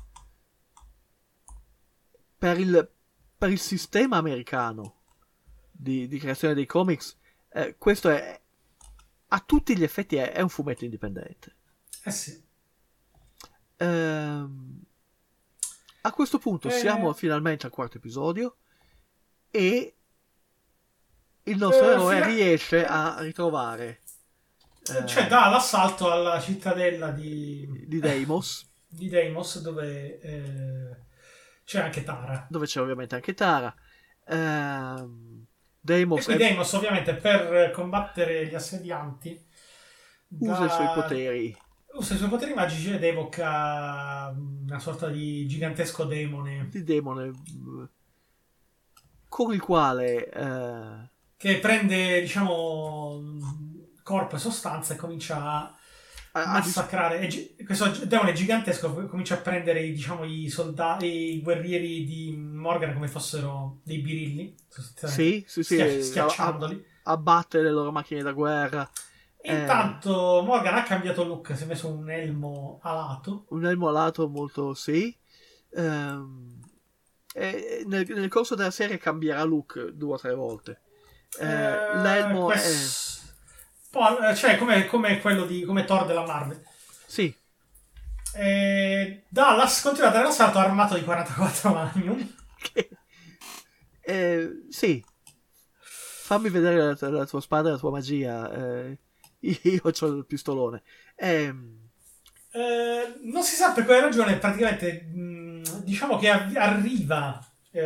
per il sistema americano di creazione dei comics, questo è a tutti gli effetti è un fumetto indipendente. Sì. A questo punto siamo finalmente al quarto episodio e il nostro eroe riesce a ritrovare cioè dà l'assalto alla cittadella di Deimos. Di Deimos, dove c'è anche Tara. Dove c'è ovviamente anche Tara. Deimos, Deimos ovviamente per combattere gli assedianti usa i suoi poteri. Usa i suoi poteri magici ed evoca una sorta di gigantesco demone. Di demone con il quale che prende, diciamo, corpo e sostanza e comincia a massacrare. Questo demone gigantesco comincia a prendere, diciamo, i soldati, i guerrieri di Morgan come fossero dei birilli. Sì, schiacciandoli. Abbatte le loro macchine da guerra. Intanto Morgan ha cambiato look, si è messo un elmo alato. Un elmo alato molto, sì. Nel corso della serie cambierà look 2 o 3 volte. L'elmo è... cioè come quello come Thor della Marvel. Sì. Dallas continua a dare l'assalto armato di 44 Magnum. Sì. Fammi vedere la tua spada e la tua magia. Io ho il pistolone. Non si sa per quale ragione, praticamente, diciamo che arriva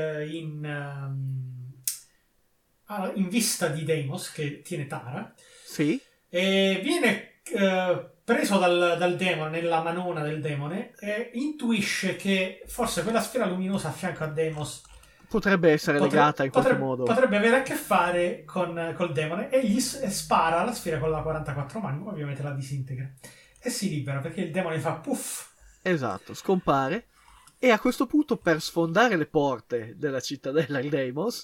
in vista di Deimos, che tiene Tara. Sì. E viene preso dal demone, nella manona del demone, e intuisce che forse quella sfera luminosa a fianco a Deimos potrebbe essere legata in qualche modo. Potrebbe avere a che fare col demone, e gli spara la sfera con la 44 Magnum, ovviamente la disintegra. E si libera, perché il demone fa puff. Esatto, scompare. E a questo punto, per sfondare le porte della cittadella di Deimos,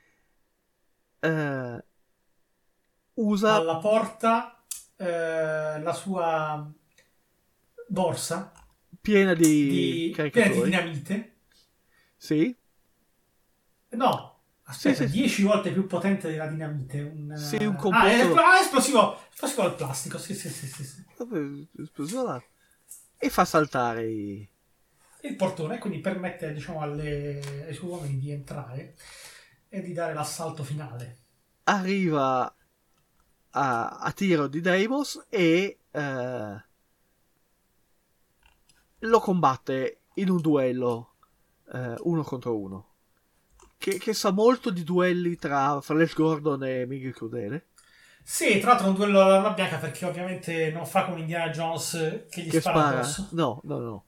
usa alla porta la sua borsa piena di caricatori. dinamite. Sì. No, aspetta, sì. 10 volte più potente della dinamite. Un composto. Esplosivo al plastico. Sì. Esplosivo là. E fa saltare il portone, quindi permette, diciamo, ai suoi uomini di entrare e di dare l'assalto finale. Arriva a tiro di Deimos e lo combatte in un duello uno contro uno. Che sa molto di duelli tra Flash Gordon e Miguel Crudele. Sì, tra l'altro un duello all'arma bianca, perché ovviamente non fa come Indiana Jones che gli spara addosso. No.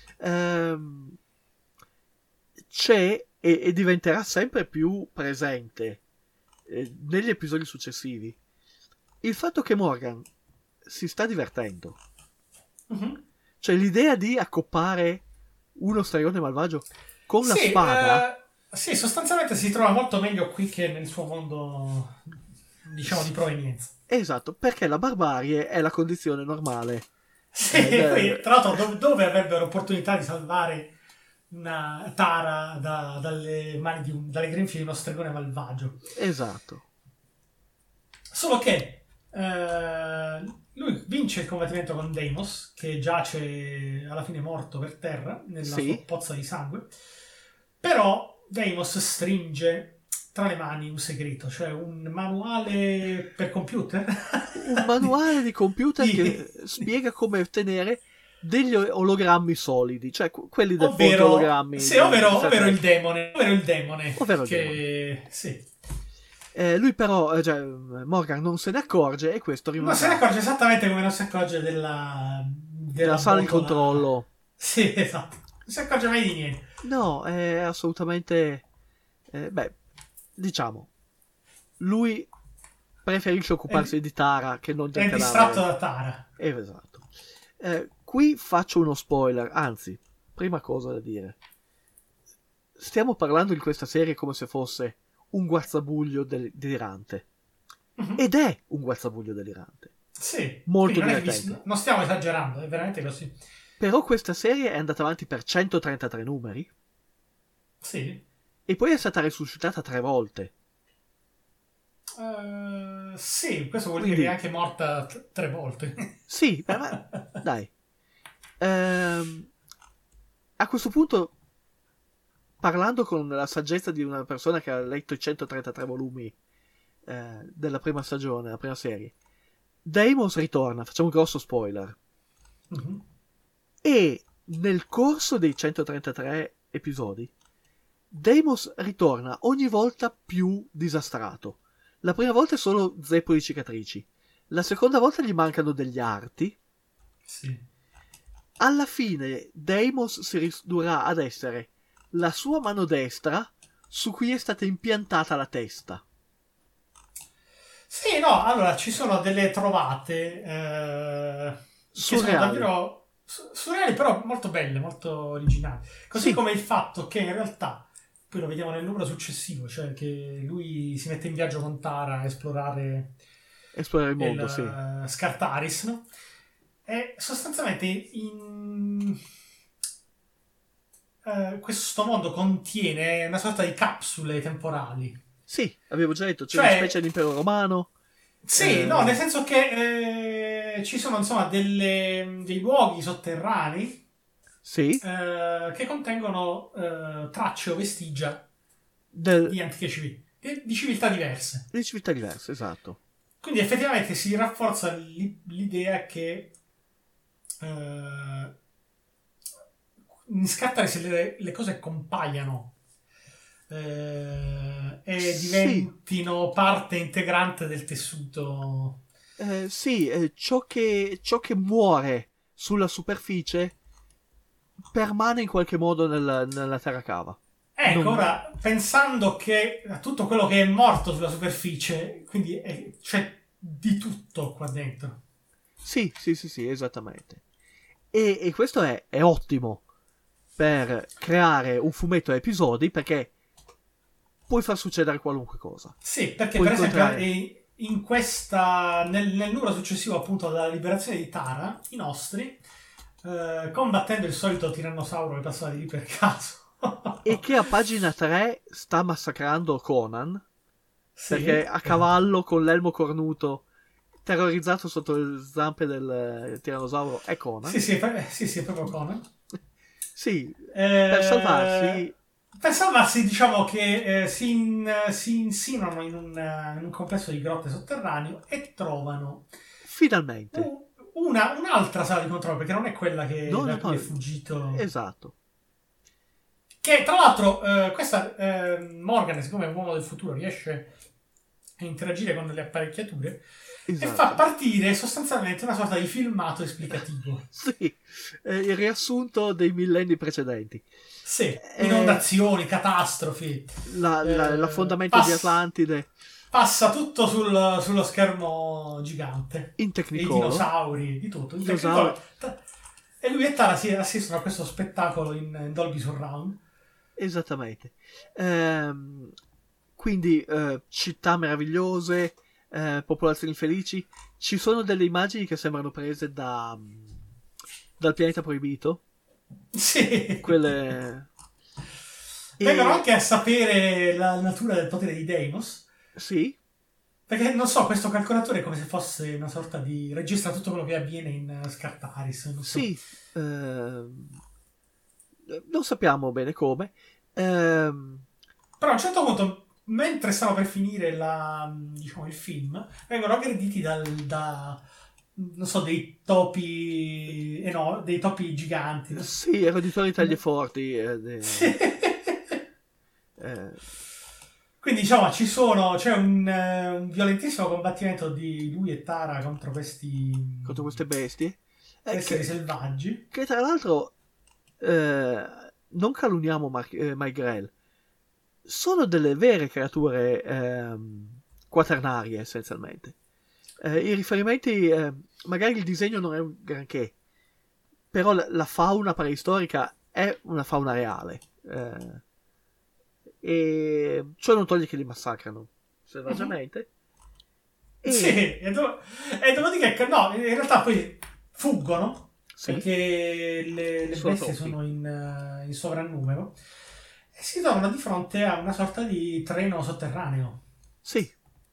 C'è e diventerà sempre più presente negli episodi successivi il fatto che Morgan si sta divertendo. Uh-huh. Cioè l'idea di accoppare uno stregone malvagio con la spada. Sì, sostanzialmente si trova molto meglio qui che nel suo mondo, diciamo, di provenienza. Esatto, perché la barbarie è la condizione normale. Sì, poi, tra l'altro, dove avrebbero l'opportunità di salvare una Tara dalle mani dalle grinfie di uno stregone malvagio. Esatto. Solo che lui vince il combattimento con Deimos, che giace alla fine morto per terra nella sua pozza di sangue. Però Deimos stringe tra le mani un segreto, cioè un manuale per computer. Un manuale di computer che spiega come ottenere degli ologrammi solidi, cioè quelli del fotologrammi. Sì, ovvero il demone. Sì. Lui però, Morgan non se ne accorge, e questo rimane. Non se ne accorge esattamente come non si accorge della sala di controllo. Sì, esatto. Non si accorge mai di niente. No, è assolutamente... diciamo, lui preferisce occuparsi di Tara che non del cadavere. È distratto da Tara. Esatto. Qui faccio uno spoiler, anzi, prima cosa da dire. Stiamo parlando di questa serie come se fosse un guazzabuglio delirante. Uh-huh. Ed è un guazzabuglio delirante. Sì. Molto divertente. Non stiamo esagerando, è veramente così. Però questa serie è andata avanti per 133 numeri. Sì. E poi è stata resuscitata 3 volte. Sì, questo vuol dire che è anche morta 3 volte. Sì, ma dai. A questo punto, parlando con la saggezza di una persona che ha letto i 133 volumi della prima stagione, la prima serie, Deimos ritorna, facciamo un grosso spoiler. Uh-huh. E nel corso dei 133 episodi Deimos ritorna ogni volta più disastrato. La prima volta è solo zeppo di cicatrici, la seconda volta gli mancano degli arti. Sì. Alla fine Deimos si ridurrà ad essere la sua mano destra su cui è stata impiantata la testa. Sì, no, allora ci sono delle trovate surreali. Sono davvero surreali, però molto belle, molto originali. Così come il fatto che in realtà, poi lo vediamo nel numero successivo, cioè che lui si mette in viaggio con Tara a esplorare il mondo, sì. Scartaris, no? E sostanzialmente in questo mondo contiene una sorta di capsule temporali. Sì, avevo già detto, c'è una specie di impero romano. Sì, no, nel senso che ci sono insomma dei luoghi sotterranei Sì, che contengono tracce o vestigia di antiche di civiltà diverse. di civiltà diverse, esatto. Quindi effettivamente si rafforza l'idea che in scattare se le cose compaiano e diventino parte integrante del tessuto. Ciò che muore sulla superficie permane in qualche modo nella terra cava. Ecco, ora, pensando che a tutto quello che è morto sulla superficie, quindi c'è di tutto qua dentro. Sì, esattamente. E questo è ottimo per creare un fumetto a episodi, perché puoi far succedere qualunque cosa. Sì, perché Puoi per esempio in questa nel numero successivo appunto della liberazione di Tara, i nostri combattendo il solito tirannosauro che passava di lì per caso E che a pagina 3 sta massacrando Conan, sì, perché a cavallo con l'elmo cornuto, terrorizzato sotto le zampe del tirannosauro, è Conan. Sì, è proprio Conan. Sì, per salvarsi. Per salvarsi, diciamo che si insinuano in un complesso di grotte sotterraneo e trovano Finalmente. un'altra sala di controllo, perché non è quella che No, cui è fuggito. Esatto. Che tra l'altro questa Morgan, siccome è un uomo del futuro, riesce a interagire con delle apparecchiature Esatto. e fa partire sostanzialmente una sorta di filmato esplicativo. Sì, il riassunto dei millenni precedenti. Sì, inondazioni, catastrofi. L'affondamento di Atlantide. Passa tutto sullo schermo gigante. In I Technicolor. dinosauri, di tutto. In Dinosauri. Technicolor. E lui e Tara si assistono a questo spettacolo in Dolby Surround. Esattamente. Quindi città meravigliose, popolazioni felici. Ci sono delle immagini che sembrano prese dal pianeta proibito. Sì. Quelle... Vengono anche a sapere la natura del potere di Deimos. Sì. Perché, non so, questo calcolatore è come se fosse una sorta di... registra tutto quello che avviene in Scartaris. Non so. Sì. Non sappiamo bene come. Però a un certo punto, mentre stanno per finire il film, vengono aggrediti non so, dei topi dei topi giganti. Sì, roditori taglieforti. Sì. Quindi diciamo c'è un violentissimo combattimento di lui e Tara contro queste bestie. Esseri selvaggi. Che tra l'altro non calunniamo Mike Grell, sono delle vere creature quaternarie essenzialmente. I riferimenti, magari il disegno non è un granché, però la fauna preistorica è una fauna reale, e ciò non toglie che li massacrano selvaggiamente. Sì, e dopodiché no, in realtà poi fuggono. Sì. Perché le bestie sono in sovrannumero e si trovano di fronte a una sorta di treno sotterraneo. Sì.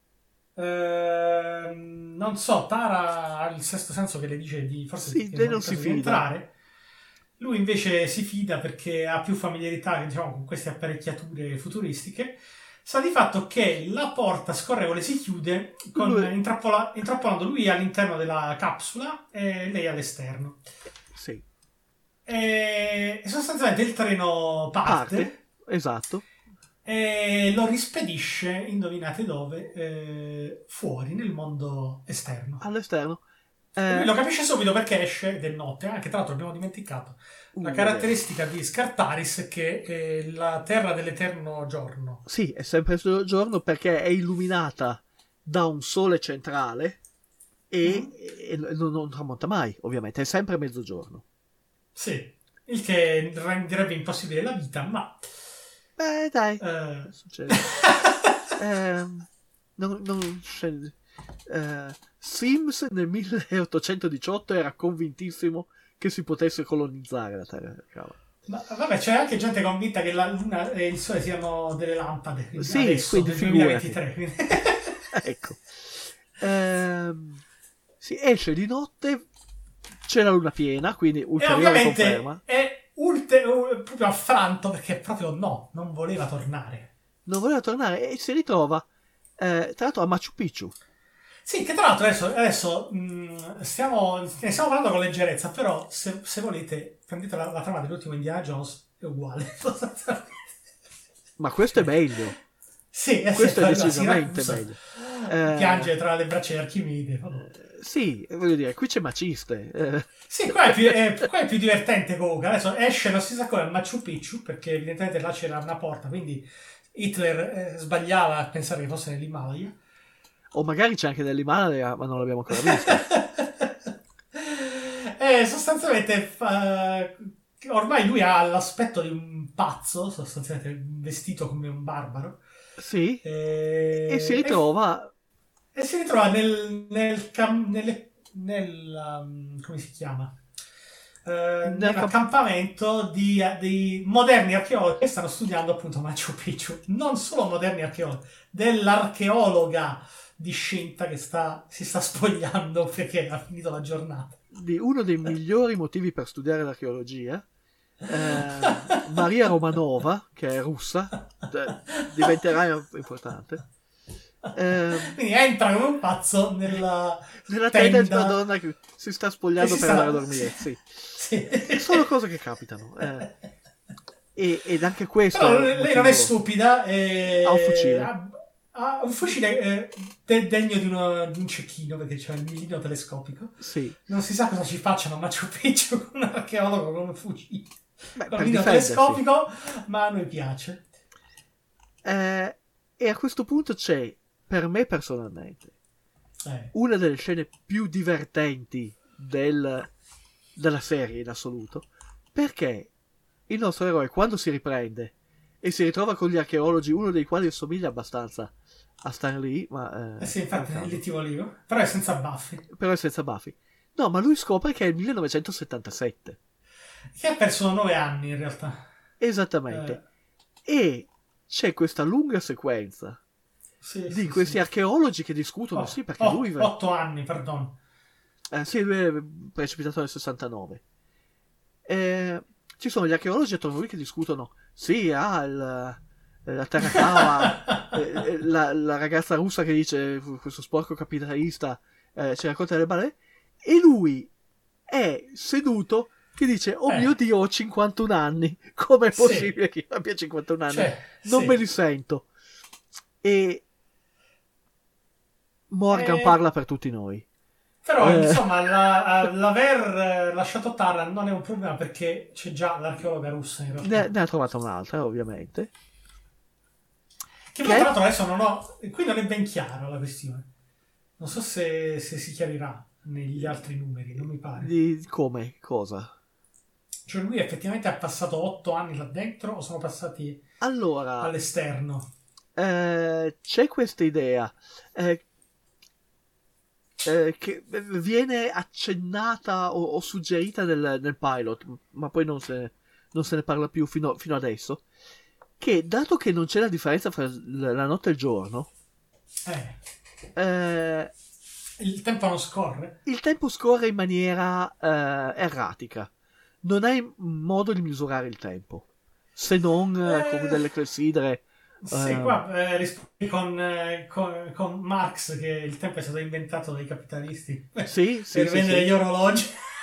Non so, Tara ha il sesto senso che le dice di forse sì, lei non si fida. Entrare. Lui invece si fida perché ha più familiarità, diciamo, con queste apparecchiature futuristiche. Sta di fatto che la porta scorrevole si chiude intrappolando lui all'interno della capsula e lei all'esterno. Sì. E sostanzialmente il treno parte. Esatto. E lo rispedisce, indovinate dove, fuori nel mondo esterno. All'esterno. Lui lo capisce subito perché esce del notte. Anche tra l'altro abbiamo dimenticato la caratteristica di Scartaris, che è la terra dell'eterno giorno. Sì, è sempre il giorno perché è illuminata da un sole centrale e non tramonta mai, ovviamente, è sempre mezzogiorno. Sì, il che renderebbe impossibile la vita, ma... Beh, dai, succede. Non scende. Sims nel 1818 era convintissimo che si potesse colonizzare la Terra. Ma vabbè, c'è anche gente convinta che la Luna e il Sole siano delle lampade. Sì, adesso, quindi nel 2023. Ecco. Si esce di notte, c'è la luna piena, quindi E ulteriore ovviamente conferma. è proprio affranto perché proprio non voleva tornare. Non voleva tornare e si ritrova tra l'altro a Machu Picchu. Sì, che tra l'altro adesso ne stiamo parlando con leggerezza, però se volete prendete la trama dell'ultimo Indiana Jones, è uguale. Ma questo è meglio. Sì, Questo è arriva decisamente Siracusa, meglio. piange tra le braccia di Archimede. Vabbè. Sì, voglio dire, qui c'è Maciste. Sì, qua è più divertente comunque. Adesso esce, non si sa come, a Machu Picchu, perché evidentemente là c'era una porta, quindi Hitler sbagliava a pensare che fosse nell'Himalaya. O magari c'è anche dell'Himalaya, ma non l'abbiamo ancora visto. E sostanzialmente ormai lui ha l'aspetto di un pazzo, sostanzialmente vestito come un barbaro. Sì, e si ritrova... E si ritrova nel come si chiama? Nell'accampamento di moderni archeologi che stanno studiando appunto Machu Picchu. Non solo moderni archeologi, dell'archeologa di scelta che si sta spogliando perché ha finito la giornata. Di uno dei migliori motivi per studiare l'archeologia, Maria Romanova, che è russa, diventerà importante. Quindi entra come un pazzo nella tenda di Madonna che si sta spogliando per andare a dormire. Sì. Sono cose che capitano. Ed anche questo. Però lei non è stupida. Ha un fucile. Ha un fucile degno di un cecchino perché c'è il mirino telescopico. Sì. Non si sa cosa ci facciano a Machu Picchu con un archeologo con un fucile. Beh, con il mirino telescopico, ma a noi piace. E a questo punto c'è, per me personalmente, una delle scene più divertenti della serie in assoluto, perché il nostro eroe, quando si riprende e si ritrova con gli archeologi, uno dei quali assomiglia abbastanza a Stan Lee, ma sì, infatti è l'ittivo lì, però è senza baffi. No, ma lui scopre che è il 1977. Che ha perso 9 anni in realtà. Esattamente. E c'è questa lunga sequenza di questi archeologi che discutono, sì, perché lui... 8 anni, perdono. Sì, lui è precipitato nel 69. Ci sono gli archeologi attorno a lui che discutono, sì, la terra cava, la ragazza russa che dice, questo sporco capitalista ci racconta delle balle, e lui è seduto che dice, oh mio Dio, ho 51 anni, com'è possibile che io abbia 51 anni? Non me li sento. E Morgan parla per tutti noi. Però insomma l'aver lasciato Taran non è un problema perché c'è già l'archeologa russa in realtà. Ne ha trovata un'altra, ovviamente. Che tra l'altro adesso qui non è ben chiara la questione. Non so se si chiarirà negli altri numeri, non mi pare. Come? Cosa? Cioè lui effettivamente ha passato 8 anni là dentro o sono passati all'esterno? C'è questa idea che viene accennata o suggerita nel pilot, ma poi non se ne parla più fino adesso, che dato che non c'è la differenza fra la notte e il giorno, il tempo non scorre? Il tempo scorre in maniera erratica. Non hai modo di misurare il tempo, se non con delle clessidre. Sì, qua rispondi con Marx che il tempo è stato inventato dai capitalisti per vendere gli orologi.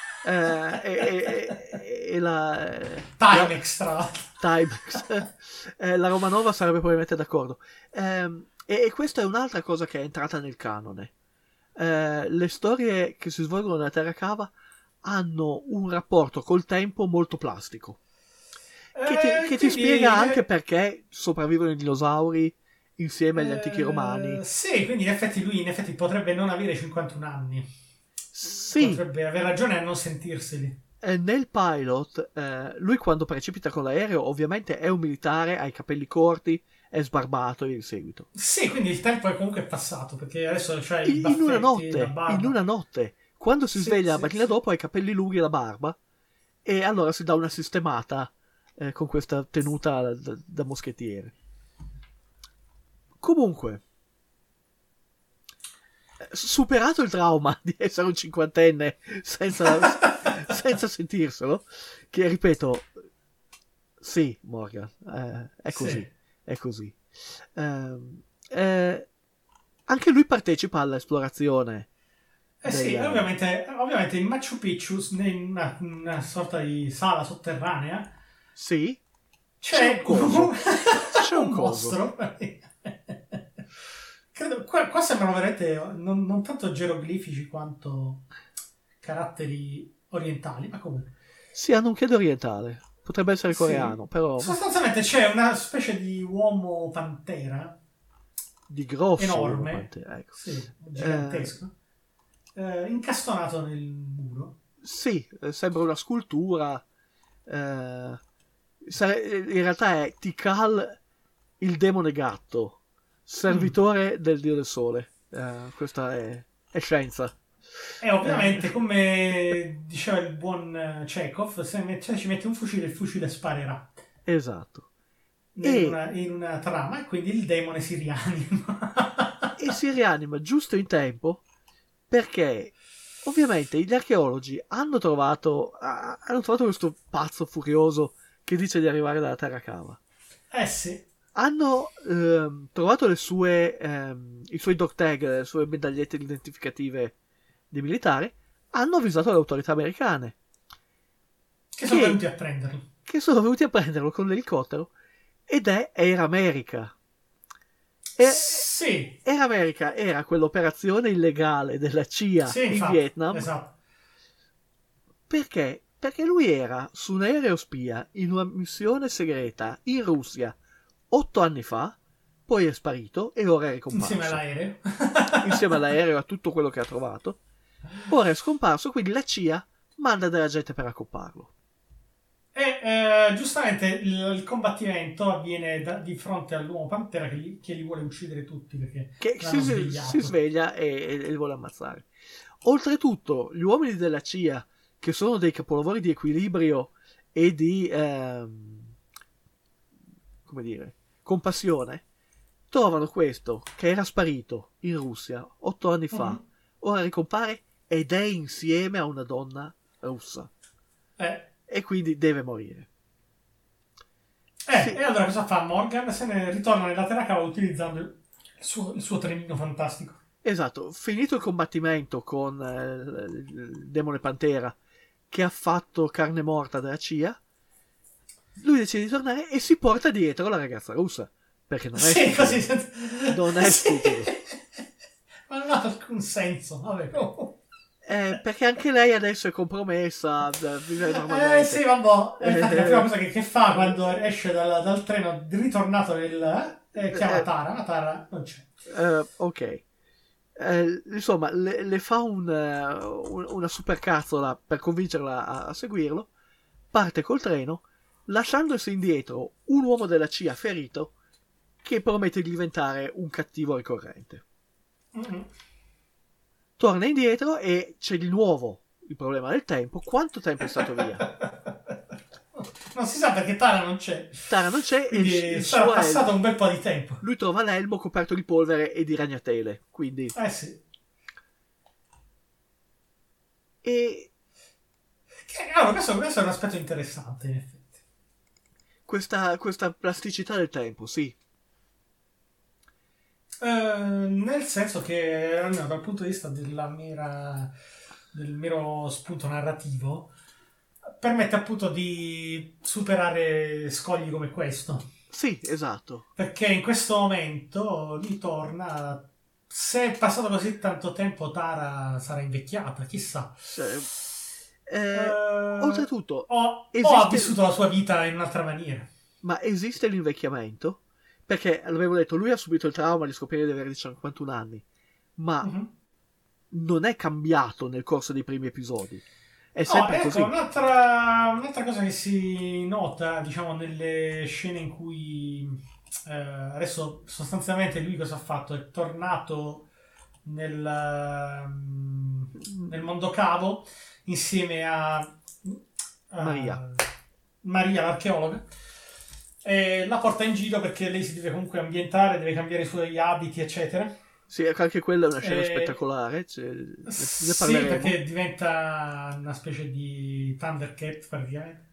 E la Timex, tra l'altro. Timex. La Romanova sarebbe probabilmente d'accordo. E questa è un'altra cosa che è entrata nel canone. Le storie che si svolgono nella Terra Cava hanno un rapporto col tempo molto plastico, che ti spiega anche perché sopravvivono i dinosauri insieme agli antichi romani. Sì, quindi lui in effetti potrebbe non avere 51 anni. Sì. Potrebbe aver ragione a non sentirseli. Nel pilot lui quando precipita con l'aereo ovviamente è un militare, ha i capelli corti, è sbarbato in seguito. Sì, quindi il tempo è comunque passato perché adesso c'è i baffetti, in una notte quando si sveglia la mattina dopo ha i capelli lunghi e la barba, e allora si dà una sistemata con questa tenuta da moschettiere. Comunque superato il trauma di essere un cinquantenne senza sentirselo, che ripeto, sì, Morgan, è così, Sì. è così. Anche lui partecipa all'esplorazione. Sì, del- ovviamente in Machu Picchu, in una sorta di sala sotterranea, Sì, c'è C'è un coso. C'è un un coso. mostro. Credo, qua sembrano veramente non tanto geroglifici quanto caratteri orientali, ma comunque. sì, hanno un chiedo orientale. Potrebbe essere Sì. coreano, però Sostanzialmente c'è una specie di uomo pantera di grosso. enorme, Ecco. sì, gigantesco, incastonato nel muro. Sì, sembra una scultura. In realtà è Tikal, il demone gatto, servitore del dio del sole. Questa è scienza. E ovviamente, come diceva il buon Chekhov, se ci metti un fucile, il fucile sparerà Esatto. in una trama, e quindi il demone si rianima. E si rianima giusto in tempo, perché ovviamente gli archeologi hanno trovato questo pazzo furioso che dice di arrivare dalla terra cava. Sì. Hanno trovato i suoi dog tag, le sue medagliette identificative di militare. Hanno avvisato le autorità americane, Che sono Che- venuti a prenderlo. che sono venuti a prenderlo con l'elicottero, ed è Air America. Sì, Air America era quell'operazione illegale della CIA sì, in infatti, Vietnam. esatto. Perché? Perché lui era su un aereo spia in una missione segreta in Russia 8 anni fa, poi è sparito e ora è ricomparso. Insieme all'aereo. Insieme all'aereo, a tutto quello che ha trovato. Ora è scomparso, quindi la CIA manda della gente per accopparlo. E giustamente il combattimento avviene di fronte all'uomo pantera che li vuole uccidere tutti perché Che l'hanno svegliato. si sveglia e li vuole ammazzare. Oltretutto, gli uomini della CIA, che sono dei capolavori di equilibrio e di come dire, compassione, trovano questo che era sparito in Russia 8 anni fa, Mhm. ora ricompare ed è insieme a una donna russa e quindi deve morire. Sì. E allora cosa fa Morgan? Se ne ritorna nella terra cava utilizzando il suo trenino fantastico. Esatto, finito il combattimento con il demone Pantera che ha fatto carne morta della CIA, lui decide di tornare e si porta dietro la ragazza russa, perché non è Sì, stupido. così. Non è stupido. Ma non ha alcun senso. Vabbè, Perché anche lei adesso è compromessa, vive normalmente. sì, vabbè. Infatti la prima cosa che fa quando esce dal treno ritornato chiama Tara, ma Tara non c'è. Ok. Insomma, le fa una super cazzola per convincerla a seguirlo, parte col treno, lasciandosi indietro un uomo della CIA ferito che promette di diventare un cattivo ricorrente. Mm-hmm. Torna indietro e c'è di nuovo il problema del tempo. Quanto tempo è stato via? Non si sa perché Tara non c'è. Tara non c'è e Quindi il sarà suo passato elmo. un bel po' di tempo. Lui trova l'elmo coperto di polvere e di ragnatele, quindi... Sì. E Allora, questo è un aspetto interessante, in effetti. questa plasticità del tempo, sì. Nel senso che, almeno dal punto di vista del mero spunto narrativo, permette appunto di superare scogli come questo. Sì, esatto. Perché in questo momento lui torna. Se è passato così tanto tempo, Tara sarà invecchiata, chissà. Oltretutto, O esiste- ha vissuto la sua vita in un'altra maniera. ma esiste l'invecchiamento? Perché, l'avevo detto, lui ha subito il trauma di scoprire di avere 51 anni, ma Mhm. non è cambiato nel corso dei primi episodi. È sempre così. Un'altra cosa che si nota, diciamo, nelle scene in cui adesso sostanzialmente lui cosa ha fatto? È tornato nel mondo cavo insieme a Maria, l'archeologa, e la porta in giro perché lei si deve comunque ambientare, deve cambiare i suoi abiti, eccetera. Sì, anche quella è una scena spettacolare, ne Sì, parleremo. perché diventa una specie di Thundercat praticamente.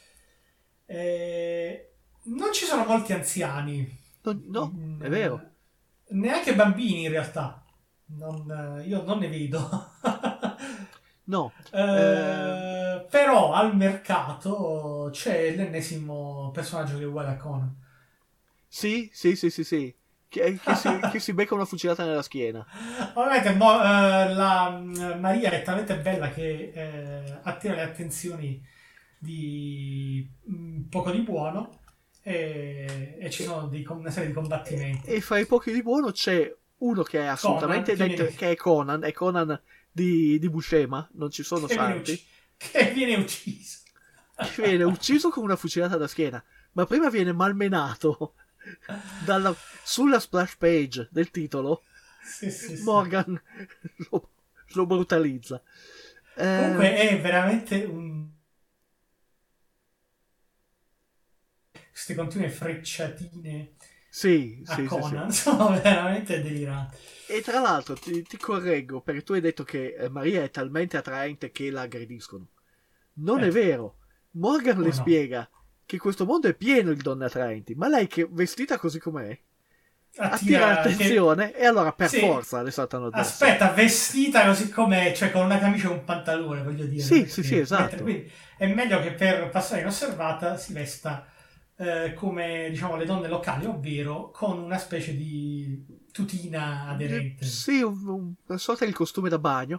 Non ci sono molti anziani. No, è vero. Neanche bambini in realtà. Io non ne vedo. No. Però al mercato c'è l'ennesimo personaggio che è uguale a Conan. Sì. Che si becca una fucilata nella schiena. Ovviamente la Maria è talmente bella che attira le attenzioni di poco di buono e ci sono una serie di combattimenti. E fra i pochi di buono c'è uno che è assolutamente che è Conan di Buscema, non ci sono santi. Che viene ucciso. Che viene ucciso con una fucilata da schiena, ma prima viene malmenato sulla splash page del titolo. Sì. Morgan lo brutalizza. Comunque è veramente queste continue frecciatine a Conan sono veramente deliranti. E tra l'altro ti correggo, perché tu hai detto che Maria è talmente attraente che la aggrediscono. Non è vero. Morgan le spiega che questo mondo è pieno di donne attraenti, ma lei che vestita così com'è attira l'attenzione e allora per forza le saltano addosso. Aspetta, vestita così com'è, cioè con una camicia e un pantalone, voglio dire. Sì, esatto. Quindi è meglio che per passare inosservata si vesta come diciamo le donne locali, ovvero con una specie di tutina aderente. Sì, una sorta di costume da bagno.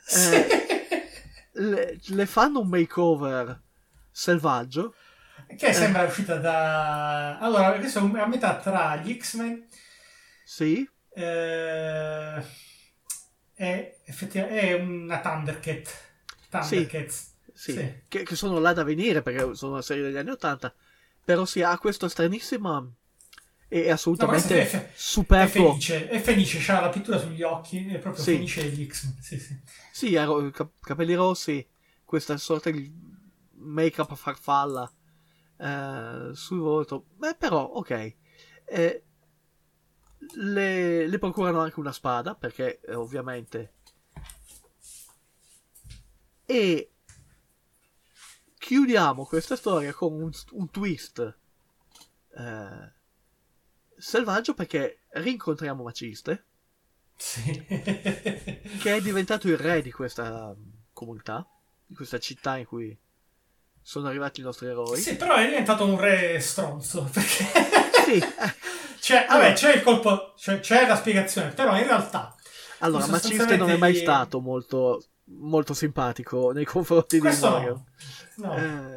Le fanno un makeover selvaggio. Che sembra uscita da... Allora, questo è a metà tra gli X-Men. Sì. È effettivamente è una Thundercat. Thundercats. Sì. Che sono là da venire perché sono una serie degli anni 80. Però sì, ha questo stranissima e assolutamente superfluo. È felice, c'ha la pittura sugli occhi, è proprio felice degli X-Men. Sì. Capelli rossi, questa sorta di make-up a farfalla sul volto. Beh, però, ok. Le procurano anche una spada, perché ovviamente... E chiudiamo questa storia con un twist selvaggio, perché rincontriamo Maciste, che è diventato il re di questa comunità, di questa città in cui sono arrivati i nostri eroi. Sì, però è diventato un re stronzo, perché... Sì. Vabbè, c'è il colpo, c'è la spiegazione, però in realtà... Allora, Maciste non è mai stato molto, molto simpatico nei confronti di Mario. No.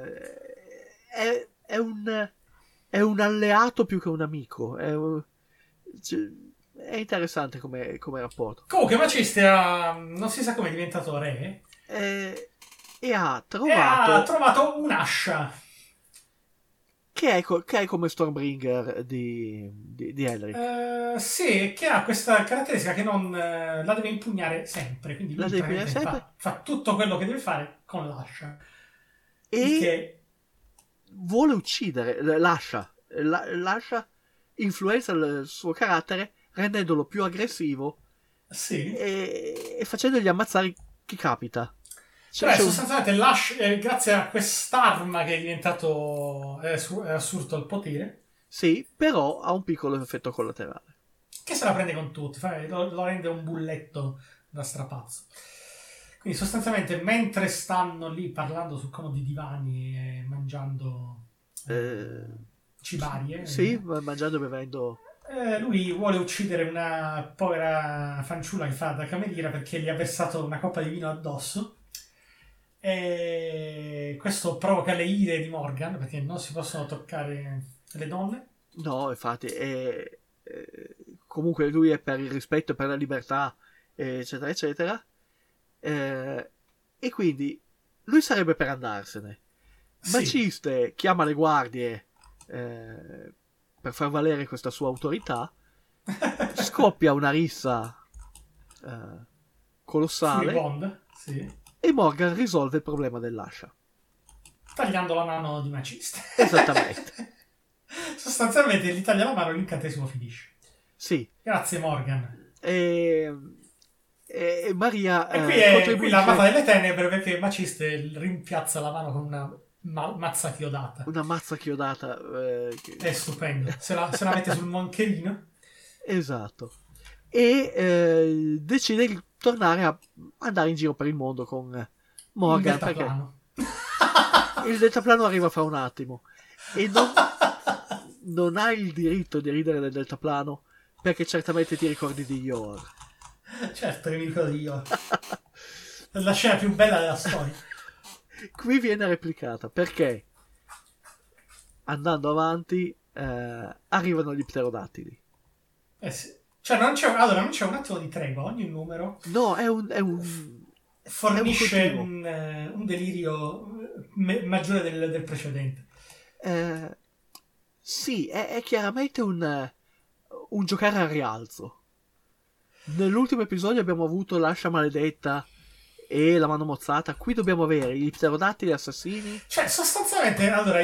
È un alleato più che un amico. È interessante come rapporto. Comunque Maciste non si sa come è diventato re. E ha trovato un'ascia che è come Stormbringer di Elric. sì, che ha questa caratteristica che non la deve impugnare sempre, quindi lui fa tutto quello che deve fare con l'ascia e vuole uccidere l'ascia influenza il suo carattere rendendolo più aggressivo e facendogli ammazzare chi capita. Sostanzialmente Lash, grazie a quest'arma che è diventato è assurdo il potere. Sì, però ha un piccolo effetto collaterale. Che se la prende con tutti, lo rende un bulletto da strapazzo. Quindi sostanzialmente mentre stanno lì parlando su comodi divani e mangiando cibarie. Sì, mangiando e bevendo. Lui vuole uccidere una povera fanciulla che fa da cameriera perché gli ha versato una coppa di vino addosso. E questo provoca le ire di Morgan perché non si possono toccare le donne. No, infatti comunque lui è per il rispetto e per la libertà, eccetera eccetera, e quindi lui sarebbe per andarsene. Maciste chiama le guardie per far valere questa sua autorità. Scoppia una rissa colossale. Bond, sì. E Morgan risolve il problema dell'ascia tagliando la mano di Maciste. Esattamente. Sostanzialmente gli taglia la mano e l'incantesimo finisce. Sì. Grazie Morgan. e Maria E qui è qui l'armata delle tenebre, perché Maciste rimpiazza la mano con una mazza chiodata. Una mazza chiodata. È stupendo. Se la mette sul moncherino. Esatto. E decide di tornare a andare in giro per il mondo con Morgan. Perché il deltaplano arriva fra un attimo. E non hai il diritto di ridere del deltaplano, perché certamente ti ricordi di Yor. Certo che mi ricordo di Yor. La scena più bella della storia. Qui viene replicata perché andando avanti arrivano gli pterodattili. Sì. Cioè non c'è un attimo di tregua, ogni numero no, è un fornisce un delirio maggiore del precedente. Sì, è chiaramente un giocare al rialzo. Nell'ultimo episodio abbiamo avuto l'ascia maledetta e la mano mozzata. Qui dobbiamo avere i pterodattili assassini. Cioè, sostanzialmente, allora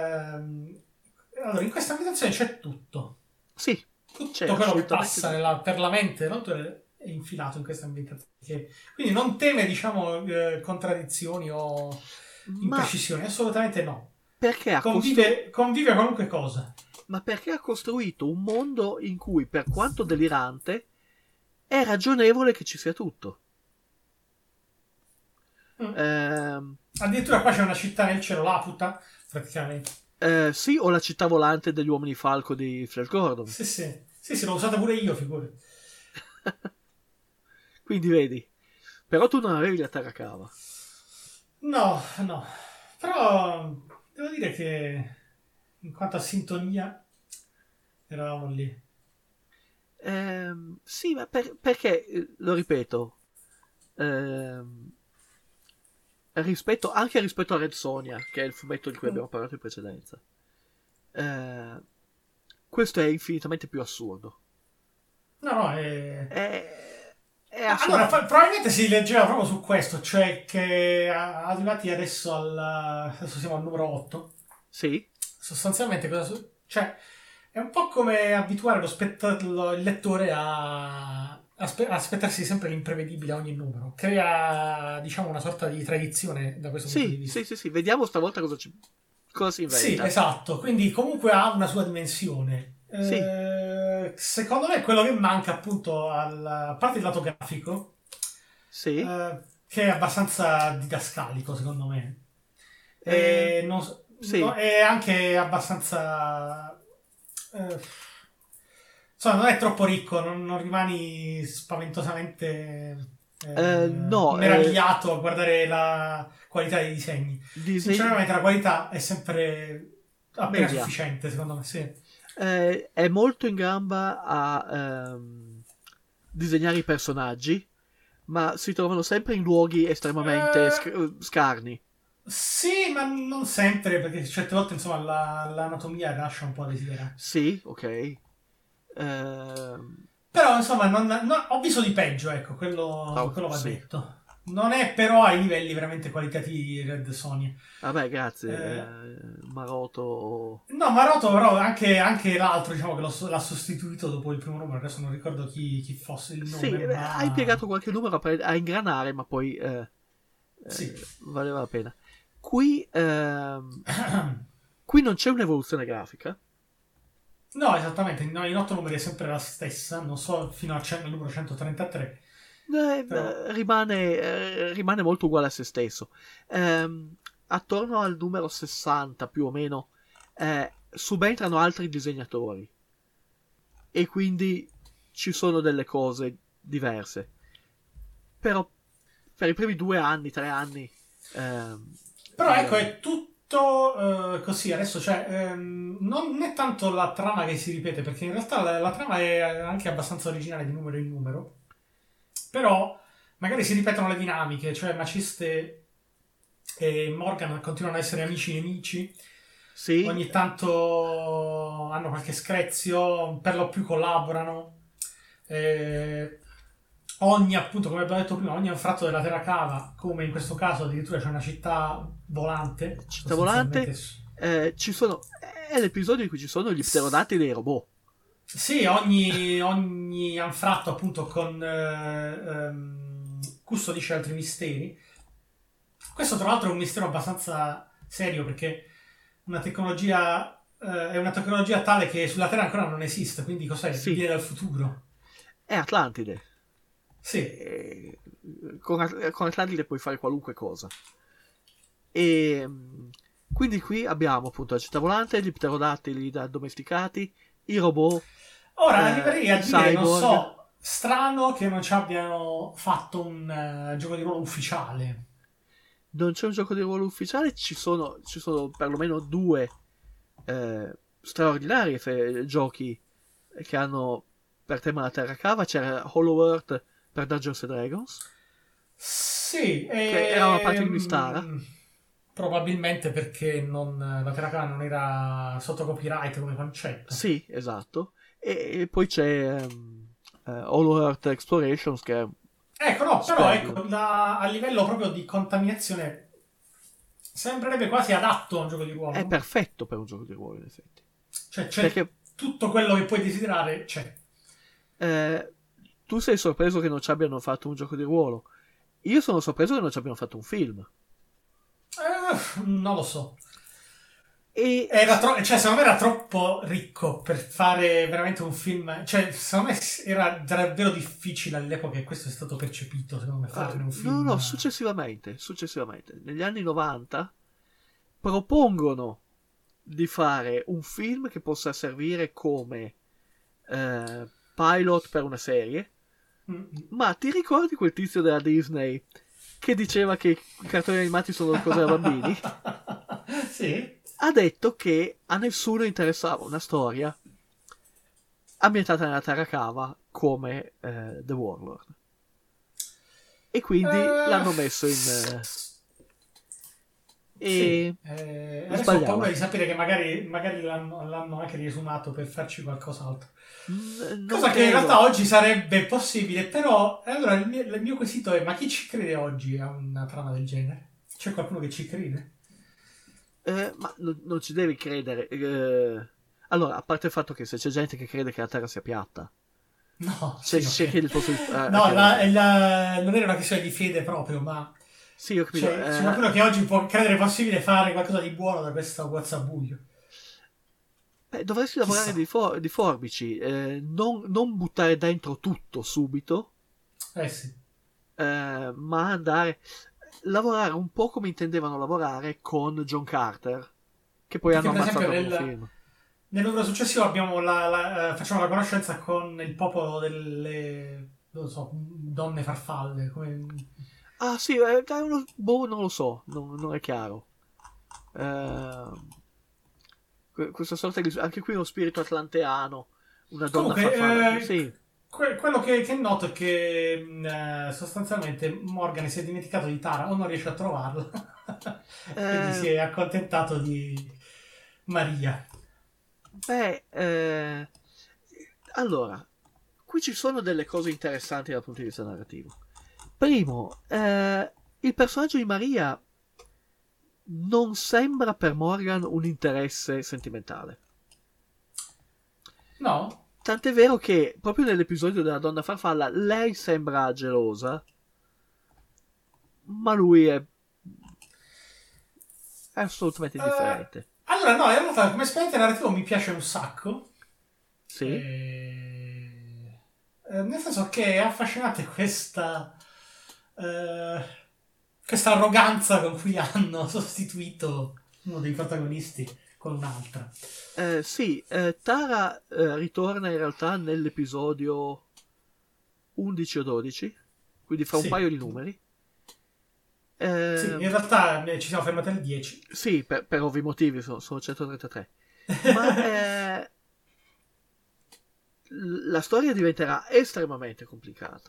in questa ambientazione c'è tutto. Sì. Tutto quello che passa per la mente l'autore è infilato in questa ambientazione. Quindi non teme, diciamo, contraddizioni o imprecisioni. Assolutamente no. Perché convive qualunque cosa. Ma perché ha costruito un mondo in cui, per quanto delirante, è ragionevole che ci sia tutto. Addirittura qua c'è una città nel cielo, Laputa, praticamente. Sì, o la città volante degli uomini falco di Flash Gordon. Sì, l'ho usata pure io, figurati. Quindi vedi, però tu non avevi la terra cava. No, però devo dire che in quanto a sintonia eravamo lì. Sì, ma perché, lo ripeto, rispetto a Red Sonja, che è il fumetto di cui abbiamo parlato in precedenza, questo è infinitamente più assurdo. No, è allora probabilmente si leggeva proprio su questo, cioè che arrivati adesso adesso siamo al numero 8. Sì. Sostanzialmente cioè è un po' come abituare il lettore a aspettarsi sempre l'imprevedibile a ogni numero. Crea, diciamo, una sorta di tradizione da questo punto di vista. Sì, vediamo stavolta cosa si inventa. Sì, esatto, quindi comunque ha una sua dimensione. Sì. Secondo me quello che manca, appunto, a parte il lato grafico, sì. che è abbastanza didascalico, secondo me. Sì. È anche abbastanza... insomma, non è troppo ricco, non rimani spaventosamente meravigliato a guardare la qualità dei disegni. Sinceramente la qualità è sempre appena sufficiente, secondo me. Sì. È molto in gamba a disegnare i personaggi, ma si trovano sempre in luoghi estremamente scarni. Sì, ma non sempre, perché certe volte, insomma, l'anatomia lascia un po' a desiderare. Sì, ok. Però, insomma, ho visto di peggio, ecco, quello va detto. Non è però ai livelli veramente qualitativi di Red Sonja. Vabbè, grazie. Maroto. No, Maroto, però anche l'altro, diciamo, che l'ha sostituito dopo il primo numero. Adesso non ricordo chi fosse il nome. Sì, ma... hai impiegato qualche numero a ingranare, ma poi sì. Valeva la pena. Qui non c'è un'evoluzione grafica. No, esattamente. In 8 numeri è sempre la stessa. Non so, fino al numero 133. Rimane molto uguale a se stesso. Attorno al numero 60 più o meno subentrano altri disegnatori e quindi ci sono delle cose diverse, però per i primi 2 anni, 3 anni però ecco, è tutto così adesso, cioè non è tanto la trama che si ripete, perché in realtà la trama è anche abbastanza originale di numero in numero. Però magari si ripetono le dinamiche, cioè Maciste e Morgan continuano ad essere amici nemici. Sì. Ogni tanto hanno qualche screzio, per lo più collaborano. Appunto, come abbiamo detto prima, ogni anfratto della terra cava, come in questo caso addirittura c'è una città volante. Ci sono... è l'episodio in cui ci sono gli pterodattili dei robot. Sì, ogni anfratto appunto con custodisce altri misteri. Questo tra l'altro è un mistero abbastanza serio perché una tecnologia è una tecnologia tale che sulla Terra ancora non esiste, quindi cos'è? Sì. Viene dal futuro. È Atlantide. Sì. Con Atlantide puoi fare qualunque cosa. E quindi qui abbiamo appunto la città volante, gli pterodattili domesticati, i robot. Ora arriverei a dire, non cyborg. so, strano che non ci abbiano fatto un gioco di ruolo ufficiale. Non c'è un gioco di ruolo ufficiale, ci sono perlomeno 2 straordinari giochi che hanno per tema la Terra Cava. C'era Hollow Earth per Dungeons and Dragons. Sì, che era una parte di Mystara. Probabilmente perché la Terra Cava non era sotto copyright come concetto. Sì, esatto. E poi c'è Hollow Earth Explorations che è Ecco, no, però splendido. ecco, a livello proprio di contaminazione sembrerebbe quasi adatto a un gioco di ruolo. È perfetto per un gioco di ruolo, in effetti. Cioè, c'è Perché tutto quello che puoi desiderare, c'è. tu sei sorpreso che non ci abbiano fatto un gioco di ruolo. Io sono sorpreso che non ci abbiano fatto un film. Non lo so. E Cioè, secondo me era troppo ricco per fare veramente un film. Cioè, secondo me era davvero difficile all'epoca e questo è stato percepito, secondo me, farne un film. no, successivamente. Negli anni 90 propongono di fare un film che possa servire come pilot per una serie. Ma ti ricordi quel tizio della Disney che diceva che i cartoni animati sono cose da bambini? Sì. Ha detto che a nessuno interessava una storia ambientata nella Terra Cava come The Warlord. E quindi l'hanno messo in... Sì. Adesso ho sbagliava. paura di sapere che magari l'hanno anche riesumato per farci qualcos'altro. Cosa che in realtà oggi sarebbe possibile, però allora il mio quesito è: ma chi ci crede oggi a una trama del genere? C'è qualcuno che ci crede? Ma non ci devi credere. Allora, a parte il fatto che se c'è gente che crede che la Terra sia piatta, No, c'è sì, chi ok. il posto di... No, non era una questione di fede proprio, ma Sì, ho capito. c'è qualcuno che oggi può credere possibile fare qualcosa di buono da questo guazzabuglio. Dovresti lavorare di forbici, non buttare dentro tutto subito, Sì. ma andare lavorare un po' come intendevano lavorare con John Carter, che poi Perché, hanno per ammazzato esempio, con un film. nel numero successivo abbiamo facciamo la conoscenza con il popolo delle, non so, donne farfalle. Ah sì, non lo so, non è chiaro. Questa sorta di... anche qui uno spirito atlanteano, una donna Comunque, farfalla. Sì. quello che noto è che sostanzialmente Morgan si è dimenticato di Tara o non riesce a trovarla. Quindi si è accontentato di Maria. Allora, qui ci sono delle cose interessanti dal punto di vista narrativo. Primo, il personaggio di Maria non sembra per Morgan un interesse sentimentale. No? Tant'è vero che proprio nell'episodio della donna farfalla lei sembra gelosa, ma lui è assolutamente differente. Allora, no, in realtà come esperienza narrativo mi piace un sacco. Sì. Nel senso che è affascinante questa arroganza con cui hanno sostituito uno dei protagonisti con un'altra. Sì, Tara ritorna in realtà nell'episodio 11 o 12, quindi fra un paio di numeri. Sì, in realtà ci siamo fermati al 10. Sì, per ovvi motivi, sono 133. Ma la storia diventerà estremamente complicata.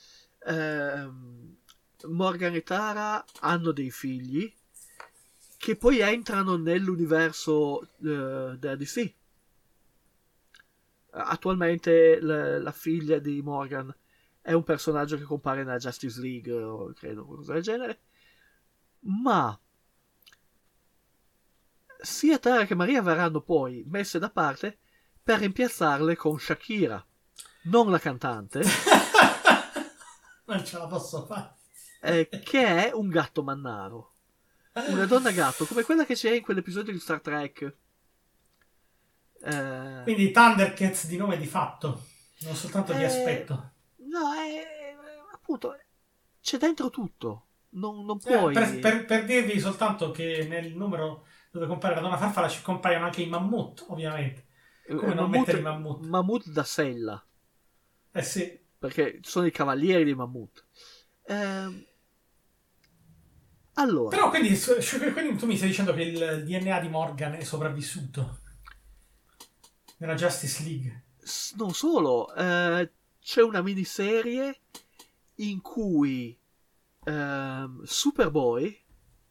Morgan e Tara hanno dei figli che poi entrano nell'universo della DC. Attualmente la figlia di Morgan è un personaggio che compare nella Justice League, o credo, qualcosa del genere. Ma sia Tara che Maria verranno poi messe da parte per rimpiazzarle con Shakira, non la cantante, Non ce la posso fare. che è un gatto mannaro, una donna gatto come quella che c'è in quell'episodio di Star Trek. Quindi Thundercats di nome di fatto, non soltanto di aspetto. No, appunto c'è dentro tutto. Non puoi. Per dirvi soltanto che nel numero dove compare la donna farfalla ci compaiono anche i mammut, ovviamente. Come non mettere i mammut? Mammut da sella. Sì. Perché sono i cavalieri dei mammut. Allora. Però quindi tu mi stai dicendo che il DNA di Morgan è sopravvissuto nella Justice League? Non solo. C'è una miniserie in cui Superboy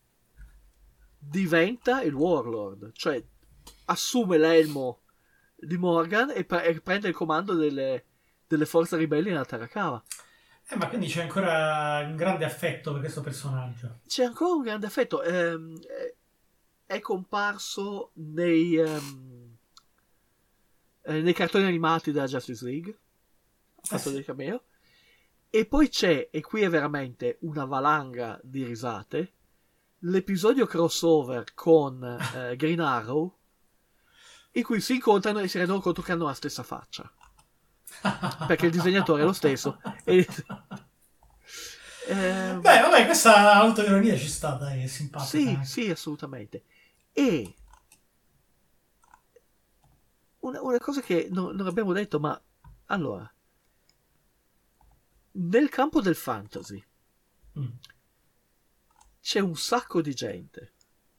diventa il Warlord, cioè assume l'elmo di Morgan e prende il comando delle forze ribelli nella Terra Cava. Ma quindi c'è ancora un grande affetto per questo personaggio. C'è ancora un grande affetto. È comparso nei cartoni animati della Justice League. Ha fatto dei cameo. E poi c'è, e qui è veramente una valanga di risate, l'episodio crossover con Green Arrow, in cui si incontrano e si rendono conto che hanno la stessa faccia. Perché il disegnatore è lo stesso. Beh, vabbè, questa autoironia ci sta, dai, è simpatica. Sì, assolutamente. E una cosa che non abbiamo detto, ma allora, nel campo del fantasy c'è un sacco di gente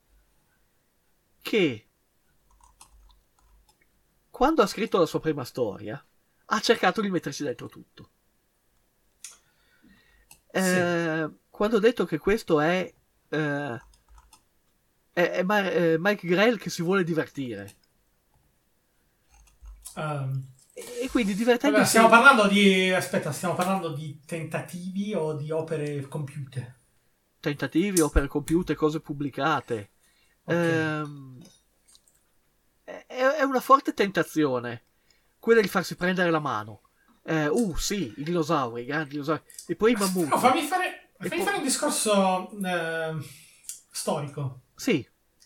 che quando ha scritto la sua prima storia ha cercato di metterci dentro tutto. Quando ho detto che questo è Mike Grell che si vuole divertire, e quindi divertendosi. Stiamo parlando di tentativi o di opere compiute? Tentativi, opere compiute, cose pubblicate. Okay. È una forte tentazione quella di farsi prendere la mano. Sì, i dinosauri, i grandi dinosauri, e poi i mammut. No, fammi fare un discorso storico. Sì.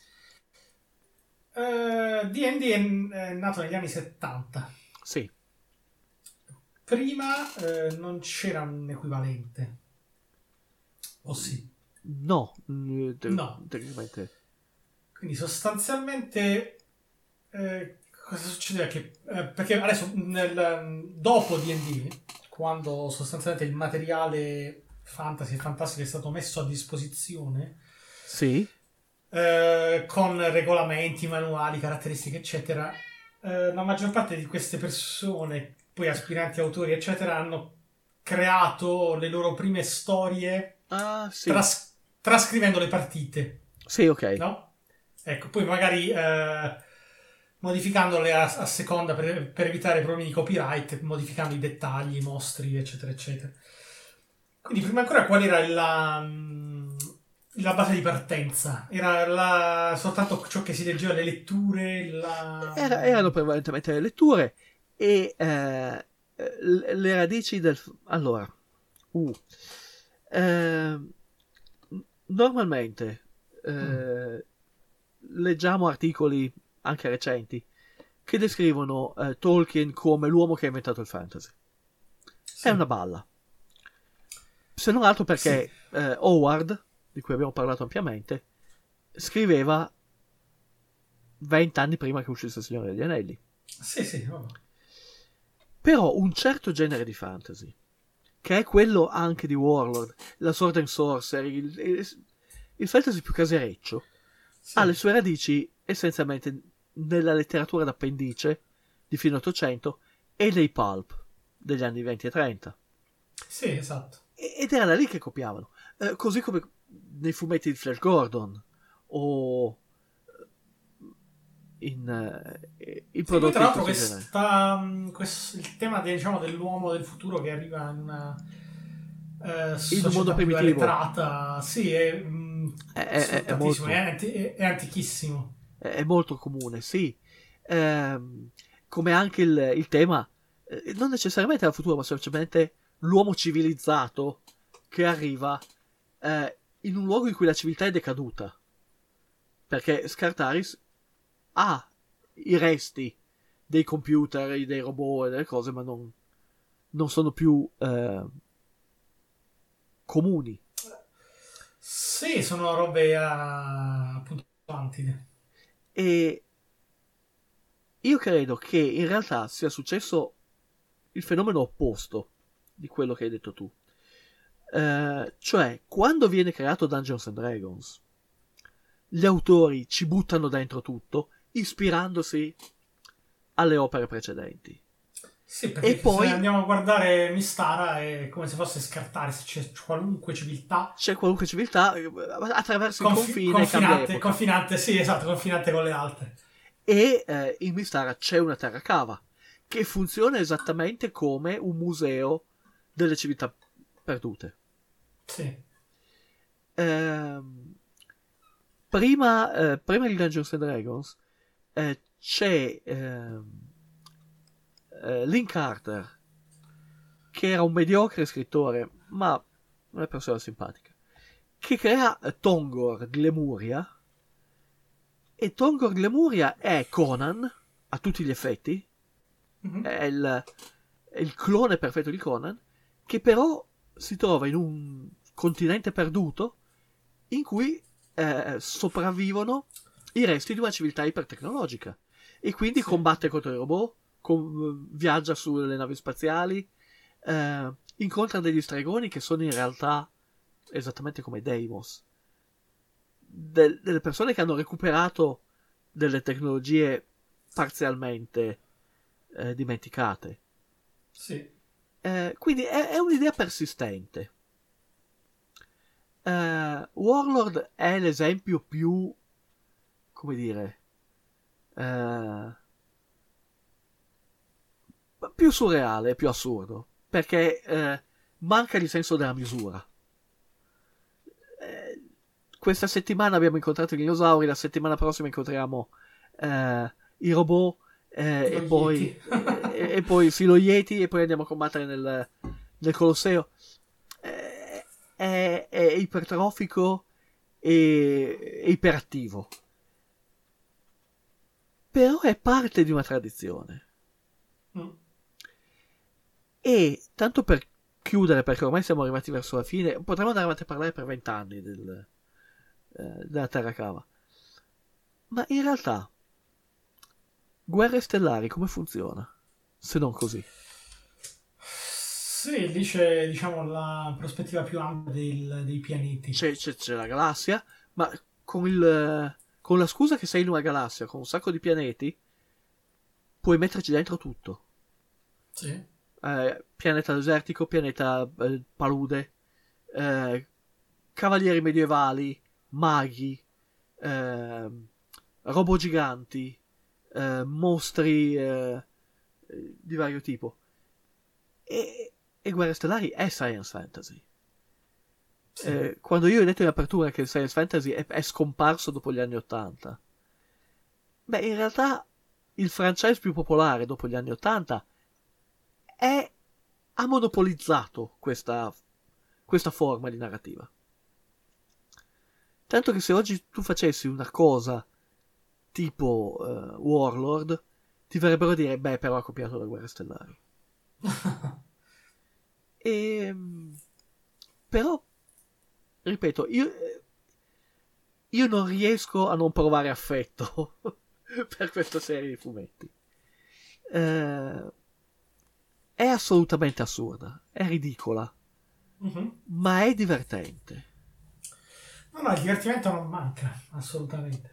D&D è nato negli anni 70. Sì. Prima non c'era un equivalente. O sì? No. Tecnicamente. Quindi sostanzialmente cosa succedeva? Perché adesso dopo D&D, quando sostanzialmente il materiale fantasy e fantastico è stato messo a disposizione, sì, con regolamenti, manuali, caratteristiche eccetera, la maggior parte di queste persone, poi aspiranti autori eccetera, hanno creato le loro prime storie sì. trascrivendo le partite. Sì, ok. No? Ecco, poi magari modificandole a seconda per evitare problemi di copyright, modificando i dettagli, i mostri, eccetera, eccetera. Quindi prima ancora qual era la base di partenza? Era soltanto ciò che si leggeva, le letture? Erano prevalentemente le letture e le radici del... Allora, normalmente leggiamo articoli anche recenti che descrivono Tolkien come l'uomo che ha inventato il fantasy. Sì. È una balla, se non altro perché sì. Howard, di cui abbiamo parlato ampiamente, scriveva 20 anni prima che uscisse Il Signore degli Anelli. Sì. Oh. Però un certo genere di fantasy, che è quello anche di Warlord, la Sword and Sorcery, il fantasy più casereccio, sì. Ha le sue radici essenzialmente nella letteratura d'appendice di fine 800 e dei pulp degli anni 20 e 30. Sì, esatto. Ed era da lì che copiavano, così come nei fumetti di Flash Gordon o in prodotti tra l'altro il tema dell'uomo del futuro che arriva in una in un mondo primitivo arretrata, sì, è molto, è antichissimo, è molto comune, sì. come anche il tema, non necessariamente al futuro, ma semplicemente l'uomo civilizzato che arriva in un luogo in cui la civiltà è decaduta. Perché Scartaris ha i resti dei computer, dei robot e delle cose, ma non sono più comuni. Sì, sono robe appunto quantide. E io credo che in realtà sia successo il fenomeno opposto di quello che hai detto tu. Cioè, quando viene creato Dungeons and Dragons, gli autori ci buttano dentro tutto, ispirandosi alle opere precedenti. Sì, perché E poi se andiamo a guardare Mistara è come se fosse Scartaris, c'è qualunque civiltà. C'è qualunque civiltà attraverso il confine cambia epoca. Confinante, sì, esatto, confinante con le altre. E in Mistara c'è una terra cava che funziona esattamente come un museo delle civiltà perdute. Sì. Prima di Dungeons and Dragons c'è Link Carter, che era un mediocre scrittore, ma una persona simpatica, che crea Tongor di Lemuria. E Tongor di Lemuria è Conan a tutti gli effetti. È il clone perfetto di Conan, che però si trova in un continente perduto in cui sopravvivono i resti di una civiltà ipertecnologica, e quindi combatte contro i robot, viaggia sulle navi spaziali, incontra degli stregoni che sono in realtà esattamente come Deimos, delle persone che hanno recuperato delle tecnologie parzialmente dimenticate. Sì. Quindi è un'idea persistente. Warlord è l'esempio più, come dire, più surreale, più assurdo, perché manca di senso della misura. Questa settimana abbiamo incontrato i dinosauri, la settimana prossima incontriamo i robot, e poi sì, lo Yeti, e poi andiamo a combattere nel Colosseo. È ipertrofico e iperattivo, però è parte di una tradizione. E tanto per chiudere, perché ormai siamo arrivati verso la fine, potremmo andare avanti a parlare per 20 anni della Terra Cava, ma in realtà Guerre Stellari come funziona, se non così? Sì, lì c'è, diciamo, la prospettiva più ampia dei pianeti. C'è la galassia, ma con la scusa che sei in una galassia con un sacco di pianeti, puoi metterci dentro tutto. Sì. Pianeta desertico, pianeta palude, cavalieri medievali, maghi, robot giganti, mostri di vario tipo. E Guerre Stellari è science fantasy. Sì. Quando io ho detto in apertura che il science fantasy è scomparso dopo gli anni 80, beh, in realtà il franchise più popolare dopo gli anni 80 ha monopolizzato questa forma di narrativa. Tanto che se oggi tu facessi una cosa tipo Warlord, ti verrebbero a dire, beh, però ha copiato da Guerre Stellari. Però, ripeto, io non riesco a non provare affetto per questa serie di fumetti. È assolutamente assurda, è ridicola, ma è divertente. No, il divertimento non manca, assolutamente.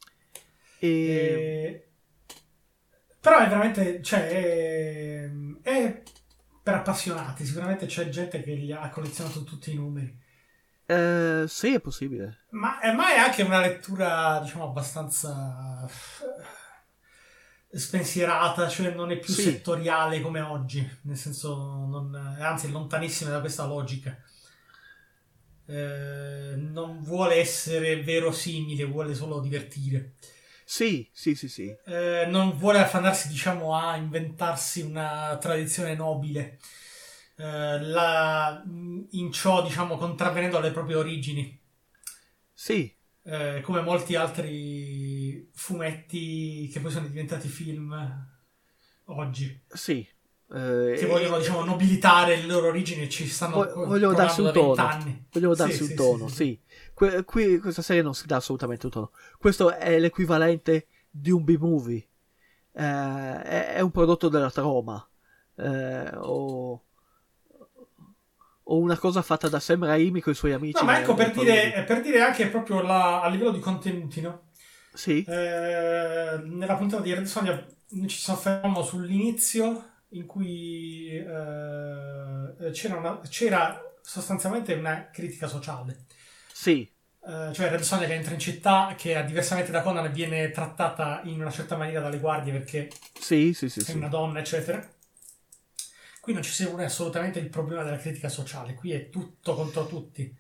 Però è veramente, cioè, è per appassionati. Sicuramente c'è gente che ha collezionato tutti i numeri. Sì, è possibile. Ma è anche una lettura, diciamo, abbastanza spensierata, cioè non è più settoriale come oggi, nel senso, anzi è lontanissima da questa logica. Non vuole essere verosimile, vuole solo divertire. Sì. Non vuole affandarsi, diciamo, a inventarsi una tradizione nobile, in ciò, diciamo, contravvenendo alle proprie origini. Sì. Come molti altri fumetti che poi sono diventati film oggi. Sì. Che vogliono, diciamo, nobilitare le loro origini e ci stanno vogliono darsi un tono. Vogliono darsi un tono, sì. Qui questa serie non si dà assolutamente un tono. Questo è l'equivalente di un B-movie. È un prodotto della Troma. O una cosa fatta da Sam Raimi con i suoi amici. No, ma ecco, per dire anche proprio a livello di contenuti, no? Sì. Nella puntata di Red Sonja ci soffermiamo sull'inizio, in cui c'era sostanzialmente una critica sociale. Sì. Cioè Red Sonja che entra in città, che diversamente da Conan viene trattata in una certa maniera dalle guardie perché è una donna, eccetera. Qui non ci segue assolutamente il problema della critica sociale, qui è tutto contro tutti.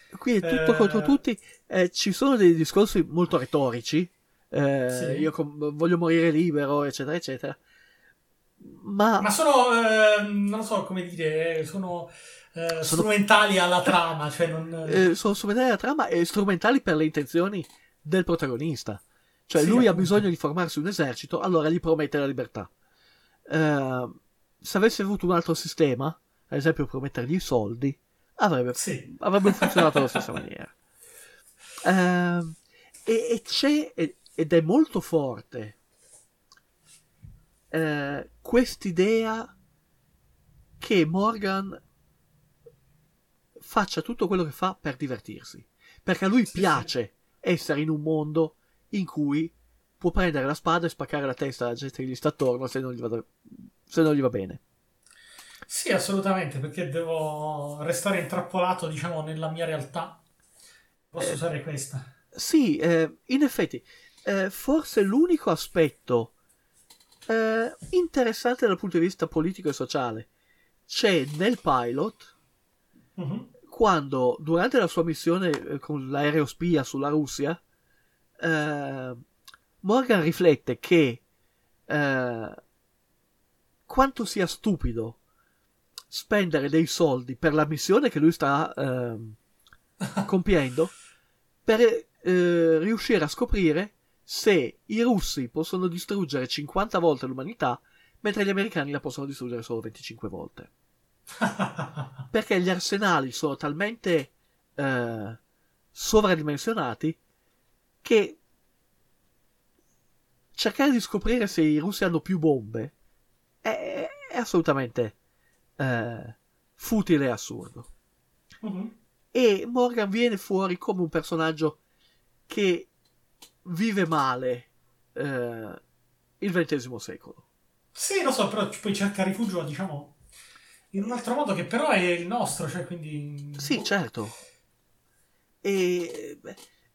Ci sono dei discorsi molto retorici. Sì. Io voglio morire libero, eccetera, eccetera. Ma sono, non so come dire, sono strumentali alla trama. Cioè sono strumentali alla trama e strumentali per le intenzioni del protagonista. Cioè sì, lui appunto. ha bisogno di formarsi un esercito, allora gli promette la libertà. Se avesse avuto un altro sistema, ad esempio promettergli i soldi, avrebbe funzionato alla stessa maniera. E c'è, ed è molto forte, quest'idea che Morgan faccia tutto quello che fa per divertirsi, perché a lui piace essere in un mondo in cui può prendere la spada e spaccare la testa alla gente che gli sta attorno se non gli va bene. Sì, assolutamente, perché devo restare intrappolato, diciamo, nella mia realtà. Posso usare questa. Sì, in effetti, forse l'unico aspetto interessante dal punto di vista politico e sociale c'è nel pilot, quando durante la sua missione con l'aereo spia sulla Russia, Morgan riflette che quanto sia stupido spendere dei soldi per la missione che lui sta compiendo per riuscire a scoprire se i russi possono distruggere 50 volte l'umanità mentre gli americani la possono distruggere solo 25 volte. Perché gli arsenali sono talmente sovradimensionati che cercare di scoprire se i russi hanno più bombe è assolutamente futile e assurdo. E Morgan viene fuori come un personaggio che vive male il XX secolo. Sì, lo so, però poi cerca rifugio, diciamo, in un altro modo che però è il nostro, cioè quindi... Sì, certo. E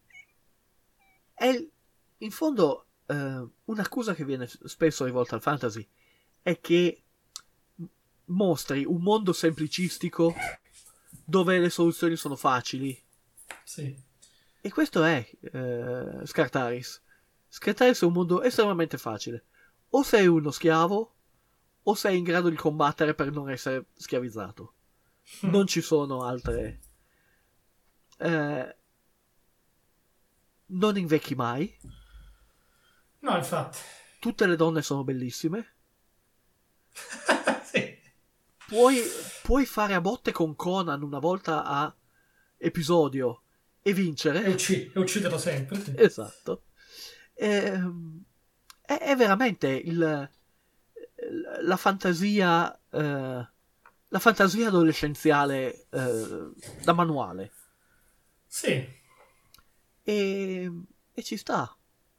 è in fondo un'accusa che viene spesso rivolta al fantasy è che mostri un mondo semplicistico dove le soluzioni sono facili. Sì. E questo è Scartaris. Scartaris è un mondo estremamente facile. O sei uno schiavo o sei in grado di combattere per non essere schiavizzato. Non ci sono altre. Non invecchi mai. No, infatti. Tutte le donne sono bellissime. Sì. Puoi fare a botte con Conan una volta a episodio e vincere. E ucciderlo sempre. Sì. Esatto. È veramente la fantasia adolescenziale da manuale. Sì. E ci sta.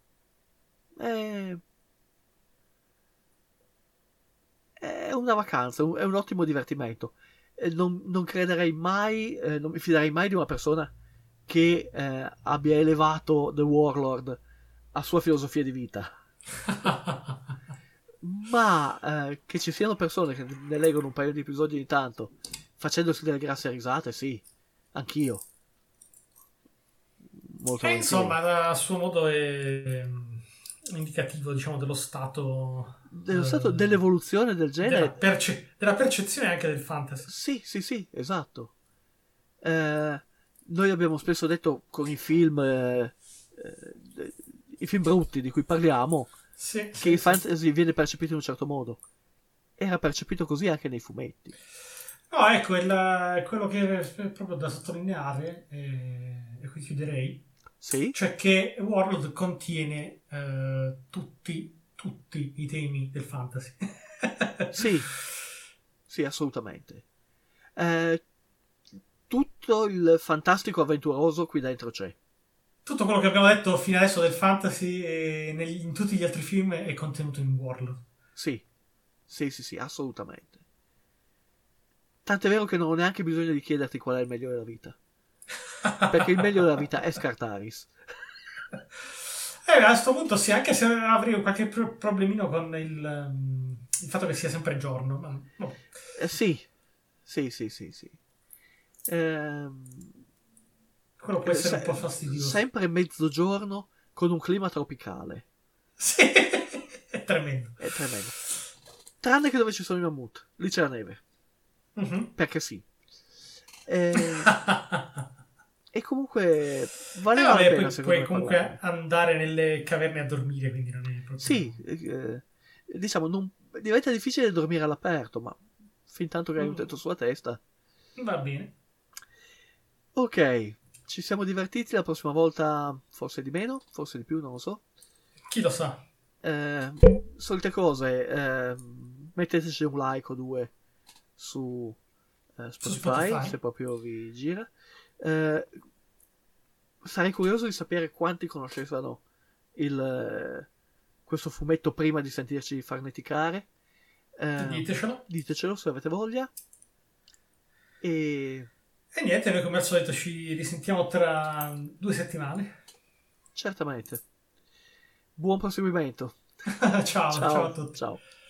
È una vacanza, è un ottimo divertimento. Non crederei mai, non mi fiderei mai di una persona che abbia elevato The Warlord a sua filosofia di vita. Ma che ci siano persone che ne leggono un paio di episodi ogni tanto facendosi delle grasse risate, sì, anch'io. Molto insomma, a suo modo indicativo, diciamo, dello stato dell'evoluzione del genere. Della percezione anche del fantasy. Sì, esatto. Noi abbiamo spesso detto con i film brutti di cui parliamo che il fantasy viene percepito in un certo modo. Era percepito così anche nei fumetti. No, ecco, quello che è proprio da sottolineare, e qui chiuderei, sì? Cioè che Warlord contiene tutti i temi del fantasy. Sì, assolutamente. Tutto il fantastico avventuroso qui dentro c'è. Tutto quello che abbiamo detto fino adesso del fantasy e in tutti gli altri film è contenuto in Warlord. Sì, assolutamente. Tant'è vero che non ho neanche bisogno di chiederti qual è il meglio della vita. Perché il meglio della vita è Scartaris. A questo punto sì, anche se avrei qualche problemino con il fatto che sia sempre giorno. Ma no. Sì. Quello può essere un po' fastidioso. Sempre mezzogiorno con un clima tropicale. Sì, è tremendo. Tranne che dove ci sono i mammut, lì c'è la neve. Perché sì. E comunque vale la pena. Puoi comunque andare nelle caverne a dormire, quindi non è proprio... Sì, diciamo, diventa difficile dormire all'aperto, ma fin tanto che hai un tetto sulla testa. Va bene. Ok, ci siamo divertiti, la prossima volta forse di meno, forse di più, non lo so. Chi lo sa. Solite cose, metteteci un like o due su Spotify, se proprio vi gira. Sarei curioso di sapere quanti conoscevano questo fumetto prima di sentirci farneticare. Ditecelo se avete voglia. E niente, noi come al solito ci risentiamo tra 2 settimane. Certamente. Buon proseguimento. Ciao a tutti. Ciao.